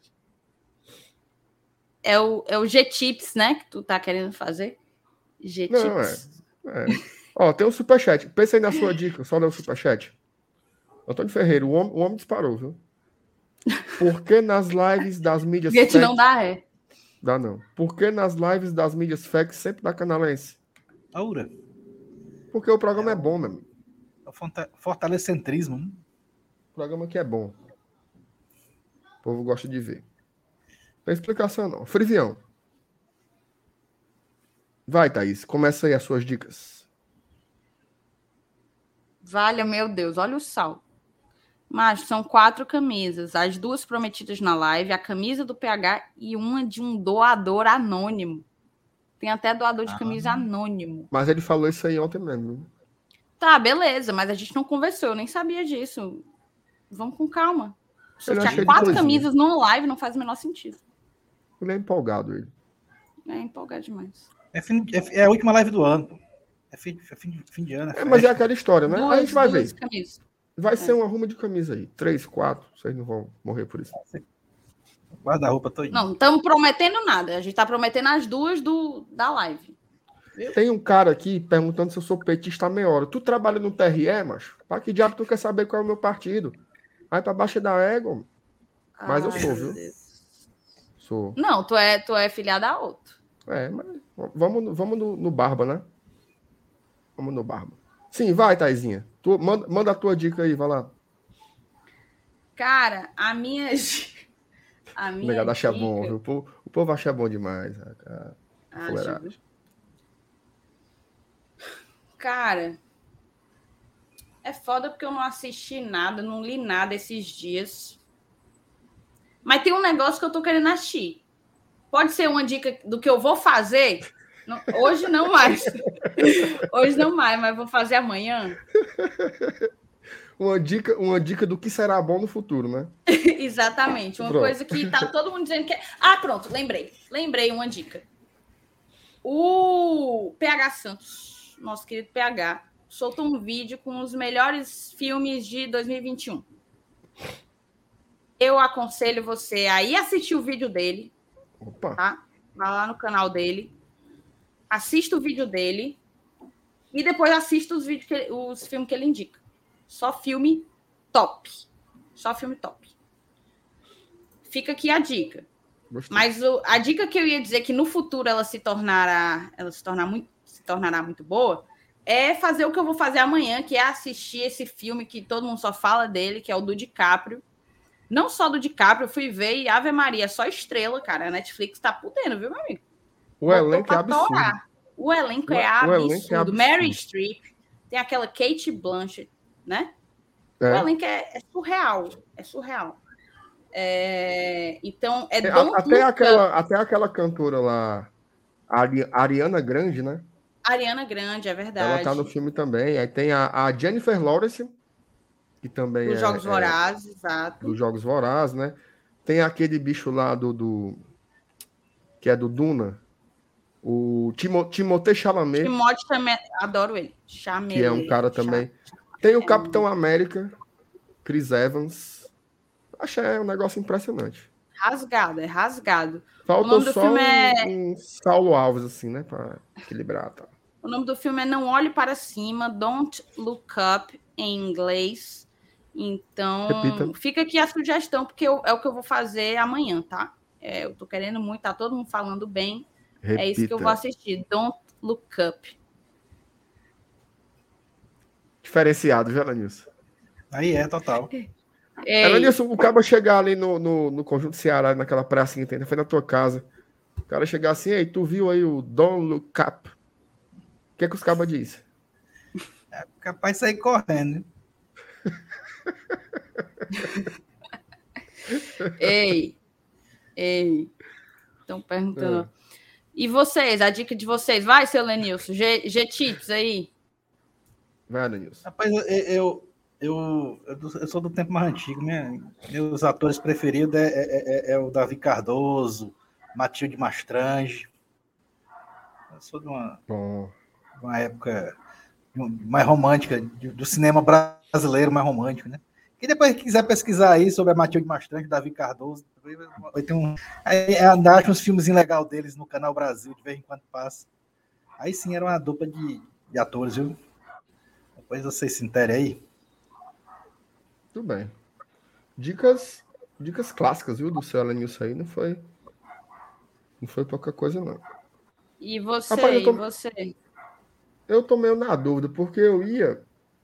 É o G-Tips, né? Que tu tá querendo fazer? Não, G-Tips. Ó, tem um superchat. Pensa aí na sua dica. Só dá o superchat. Antônio Ferreira, o homem disparou, viu? Por que nas lives das mídias Foguete não dá, é. Dá não. Por que nas lives das mídias FEC sempre dá canalense? Aura. Porque o programa é bom, meu amigo. É o fortalecentrismo. Né? O programa aqui é bom. O povo gosta de ver. Não tem explicação, não. Frivião. Vai, Thaís. Começa aí as suas dicas. Valha, meu Deus, olha o sal. Mas são 4 camisas. As 2 prometidas na live, a camisa do PH e uma de um doador anônimo. Tem até doador de camisa anônimo. Mas ele falou isso aí ontem mesmo. Tá, beleza, mas a gente não conversou, eu nem sabia disso. Vamos com calma. Ele é Sortear cheio de 4 coisinha. camisas numa live não faz o menor sentido. Ele é empolgado, ele. É empolgado demais. É a última live do ano. Pô. É fim de ano. Mas é aquela história, né? A gente vai Duas ver. camisas. Vai ser uma arruma de camisa aí. 3, 4. Vocês não vão morrer por isso. Guarda-roupa todo. Não estamos prometendo nada. A gente está prometendo as duas da live. Tem um cara aqui perguntando se eu sou petista há meia hora. Tu trabalha no TRE, macho? Pra que diabo tu quer saber qual é o meu partido? Aí pra baixo da égua. Mas eu sou, viu? Sou. Não, tu é filiado a outro. Mas vamos no Barba, né? Vamos no Barba. Sim, vai, Taizinha. Manda a tua dica aí, vai lá. Cara, a minha O negado acha bom, viu? O povo acha bom demais. Cara, é foda porque eu não assisti nada, não li nada esses dias. Mas tem um negócio que eu tô querendo assistir. Pode ser uma dica do que eu vou fazer? Hoje não mais. Hoje não mais, mas vou fazer amanhã. Uma dica do que será bom no futuro, né? Exatamente. Uma coisa que tá todo mundo dizendo que é... Ah, pronto, lembrei. Lembrei uma dica. O PH Santos, nosso querido PH, soltou um vídeo com os melhores filmes de 2021. Eu aconselho você a ir assistir o vídeo dele. Opa. Tá? Vai lá no canal dele. Assista o vídeo dele. E depois assista os filmes que ele indica. Só filme top. Só filme top. Fica aqui a dica. Gostei. Mas a dica que eu ia dizer que no futuro ela se tornará muito boa é fazer o que eu vou fazer amanhã, que é assistir esse filme que todo mundo só fala dele, que é o do DiCaprio. Não só do DiCaprio, eu fui ver e Ave Maria, só estrela, cara. A Netflix tá podendo, viu, meu amigo? O elenco é absurdo. O elenco é absurdo. Mary Streep, tem aquela Kate Blanchett, né? O elenco é surreal. É surreal. Então, até aquela cantora lá, a Ariana Grande, né? Ariana Grande, é verdade. Ela tá no filme também. Aí tem a Jennifer Lawrence, que também dos Jogos Vorazes, exato. Dos Jogos Vorazes, né? Tem aquele bicho lá que é do Duna, o Timothée Chalamet. Timothée também, adoro ele. Que é um cara também. Tem o Capitão América, Chris Evans. Achei um negócio impressionante. Rasgado, é rasgado. Faltou só um Saulo Alves, assim, né? Pra equilibrar, tá? O nome do filme é Não Olhe Para Cima, Don't Look Up, em inglês. Então, Repita. Fica aqui a sugestão, porque é o que eu vou fazer amanhã, tá? Eu tô querendo muito, tá todo mundo falando bem. Repita. É isso que eu vou assistir, Don't Look Up. Diferenciado, viu, Elenilson? Aí total. Elenilson, o cara chegar ali no Conjunto Ceará, naquela pracinha, foi na tua casa. O cara chegar assim, ei, tu viu aí o Don't Look Up? O que os cabas dizem? É capaz de sair correndo, né? Ei. Estão perguntando. E vocês, a dica de vocês, vai, seu Lenilson, G-Tips aí. Vai, Lenilson. Rapaz, eu sou do tempo mais antigo, meus atores preferidos é o Davi Cardoso, Matilde Mastrange. Eu sou de uma época mais romântica, do cinema brasileiro mais romântico, né? E depois, se quiser pesquisar aí sobre a Matilde Mastrange, Davi Cardoso, vai ter acho uns filmes legais deles no Canal Brasil, de vez em quando passa. Aí sim, era uma dupla de atores, viu? Depois vocês se interem aí. Tudo bem. Dicas clássicas, viu, do seu Elenilson aí, não foi pouca coisa, não. E você, Rapaz, eu tô meio na dúvida, porque eu ia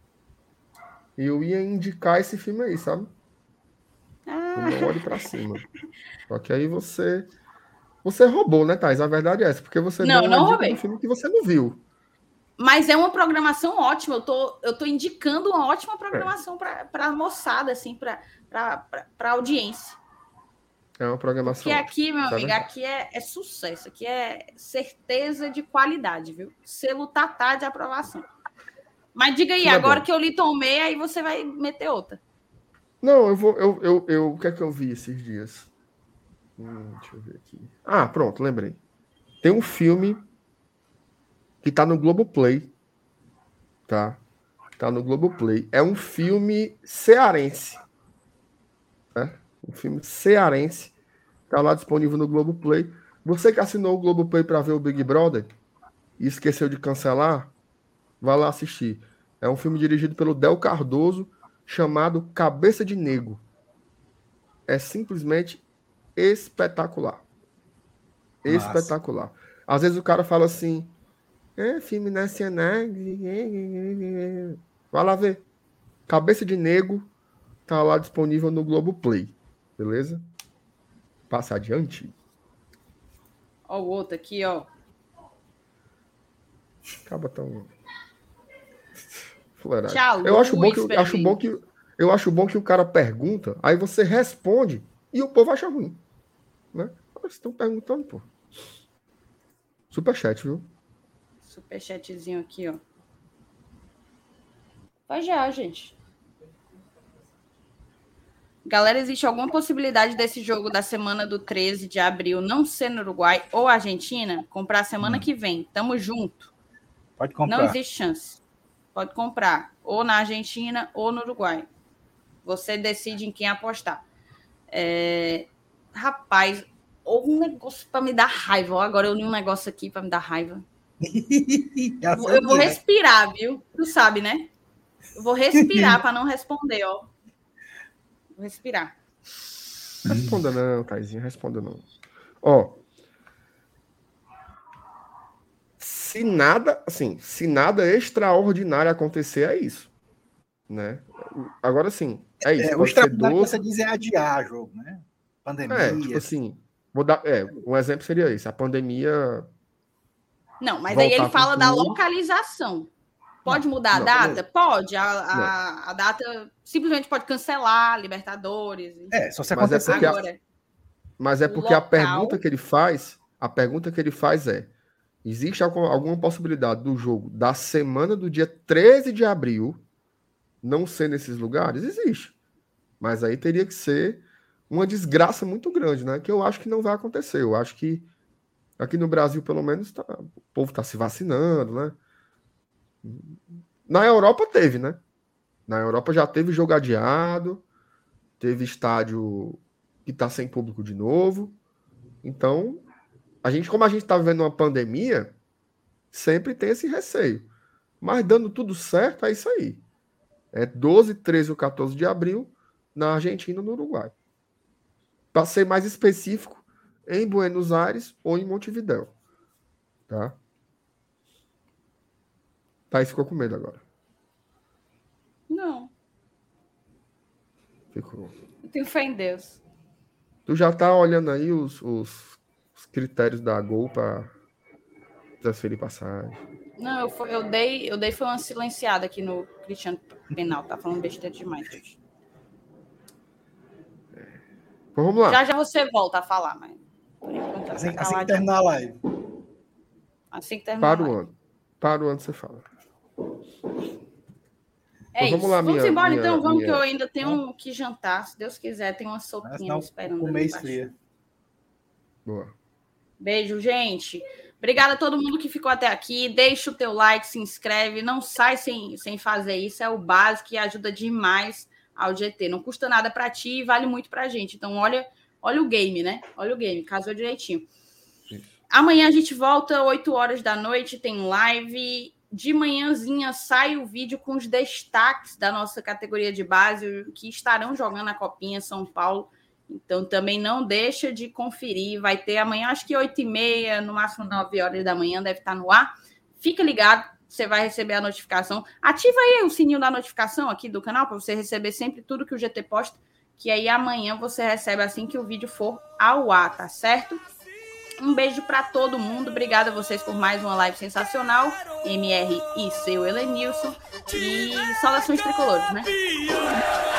indicar esse filme aí, sabe? Não Olhe Pra Cima. Só que aí você roubou, né, Thais? A verdade é essa, porque você deu uma dica de um filme que você não viu. Mas é uma programação ótima. Eu tô indicando uma ótima programação para a moçada, assim, para audiência. É uma programação. Porque aqui, meu amigo, aqui é sucesso. Aqui é certeza de qualidade, viu? Selo Tatá de aprovação. Mas diga aí, agora que eu lhe tomei, aí você vai meter outra. Não, o que é que eu vi esses dias? Deixa eu ver aqui. Ah, pronto, lembrei. Tem um filme que tá no Globoplay, tá? Tá no Globoplay. É um filme cearense, né? Um filme cearense. Tá lá disponível no Globoplay. Você que assinou o Globoplay para ver o Big Brother e esqueceu de cancelar, vai lá assistir. É um filme dirigido pelo Del Cardoso, chamado Cabeça de Negro. É simplesmente espetacular. Espetacular. Às vezes o cara fala assim, filme nacional. Vai lá ver. Cabeça de Negro tá lá disponível no Globoplay. Beleza? Passa adiante. Ó, o outro aqui, ó. Acaba tão... Tchau, eu acho bom que o cara pergunta, aí você responde e o povo acha ruim. Né? Vocês estão perguntando, pô. Superchat, viu? Superchatzinho aqui, ó. Vai já, gente. Galera, existe alguma possibilidade desse jogo da semana do 13 de abril não ser no Uruguai ou Argentina? Comprar semana que vem. Tamo junto. Pode comprar. Não existe chance. Pode comprar. Ou na Argentina ou no Uruguai. Você decide em quem apostar. Rapaz, ou um negócio para me dar raiva. Agora eu li um negócio aqui para me dar raiva. Eu vou respirar, viu? Tu sabe, né? Eu vou respirar para não responder, ó. Vou respirar. Responda não, Taizinho, responda não. Ó. Se nada extraordinário acontecer, é isso. Né? Agora sim, é isso. O extraordinário que você diz é adiar jogo, né? Pandemia. Tipo assim, vou dar, um exemplo seria esse, a pandemia. Não, mas aí ele fala da localização. Pode mudar a data? Pode. A data simplesmente pode cancelar, Libertadores. Só se acontecer agora. Mas é porque a pergunta que ele faz é: existe alguma possibilidade do jogo da semana do dia 13 de abril não ser nesses lugares? Existe. Mas aí teria que ser uma desgraça muito grande, né? Que eu acho que não vai acontecer. Eu acho que aqui no Brasil, pelo menos, o povo está se vacinando, né? Na Europa teve, né? Na Europa já teve jogo adiado, teve estádio que está sem público de novo. Então, como a gente está vivendo uma pandemia, sempre tem esse receio. Mas dando tudo certo, é isso aí. É 12, 13 ou 14 de abril, na Argentina e no Uruguai. Para ser mais específico, em Buenos Aires ou em Montevidéu. Tá? Thaís ficou com medo agora. Não. Ficou. Eu tenho fé em Deus. Tu já tá olhando aí os critérios da Gol para transferir passagem. Não, eu dei foi uma silenciada aqui no Cristiano Penal. Tá falando besteira demais hoje. Então, vamos lá. Já você volta a falar, mas... Assim que terminar a live. Assim que terminar Para o ano. Para o ano você fala. É então, isso. Vamos embora, então. Vamos, que eu ainda tenho Não. que jantar. Se Deus quiser, tem uma sopinha me esperando. O mês fria. Boa. Beijo, gente. Obrigada a todo mundo que ficou até aqui. Deixa o teu like, se inscreve. Não sai sem fazer isso. É o básico e ajuda demais ao GT. Não custa nada para ti e vale muito para a gente. Então, olha o game, né? Olha o game. Casou direitinho. Sim. Amanhã a gente volta, 8 horas da noite. Tem live. De manhãzinha sai o vídeo com os destaques da nossa categoria de base que estarão jogando a Copinha São Paulo. Então, também não deixa de conferir. Vai ter amanhã, acho que 8h30, no máximo 9 horas da manhã, deve estar no ar. Fica ligado, você vai receber a notificação. Ativa aí o sininho da notificação aqui do canal, para você receber sempre tudo que o GT posta, que aí amanhã você recebe assim que o vídeo for ao ar, tá certo? Um beijo para todo mundo. Obrigada a vocês por mais uma live sensacional. MR e seu Elenilson. E saudações tricolores, né?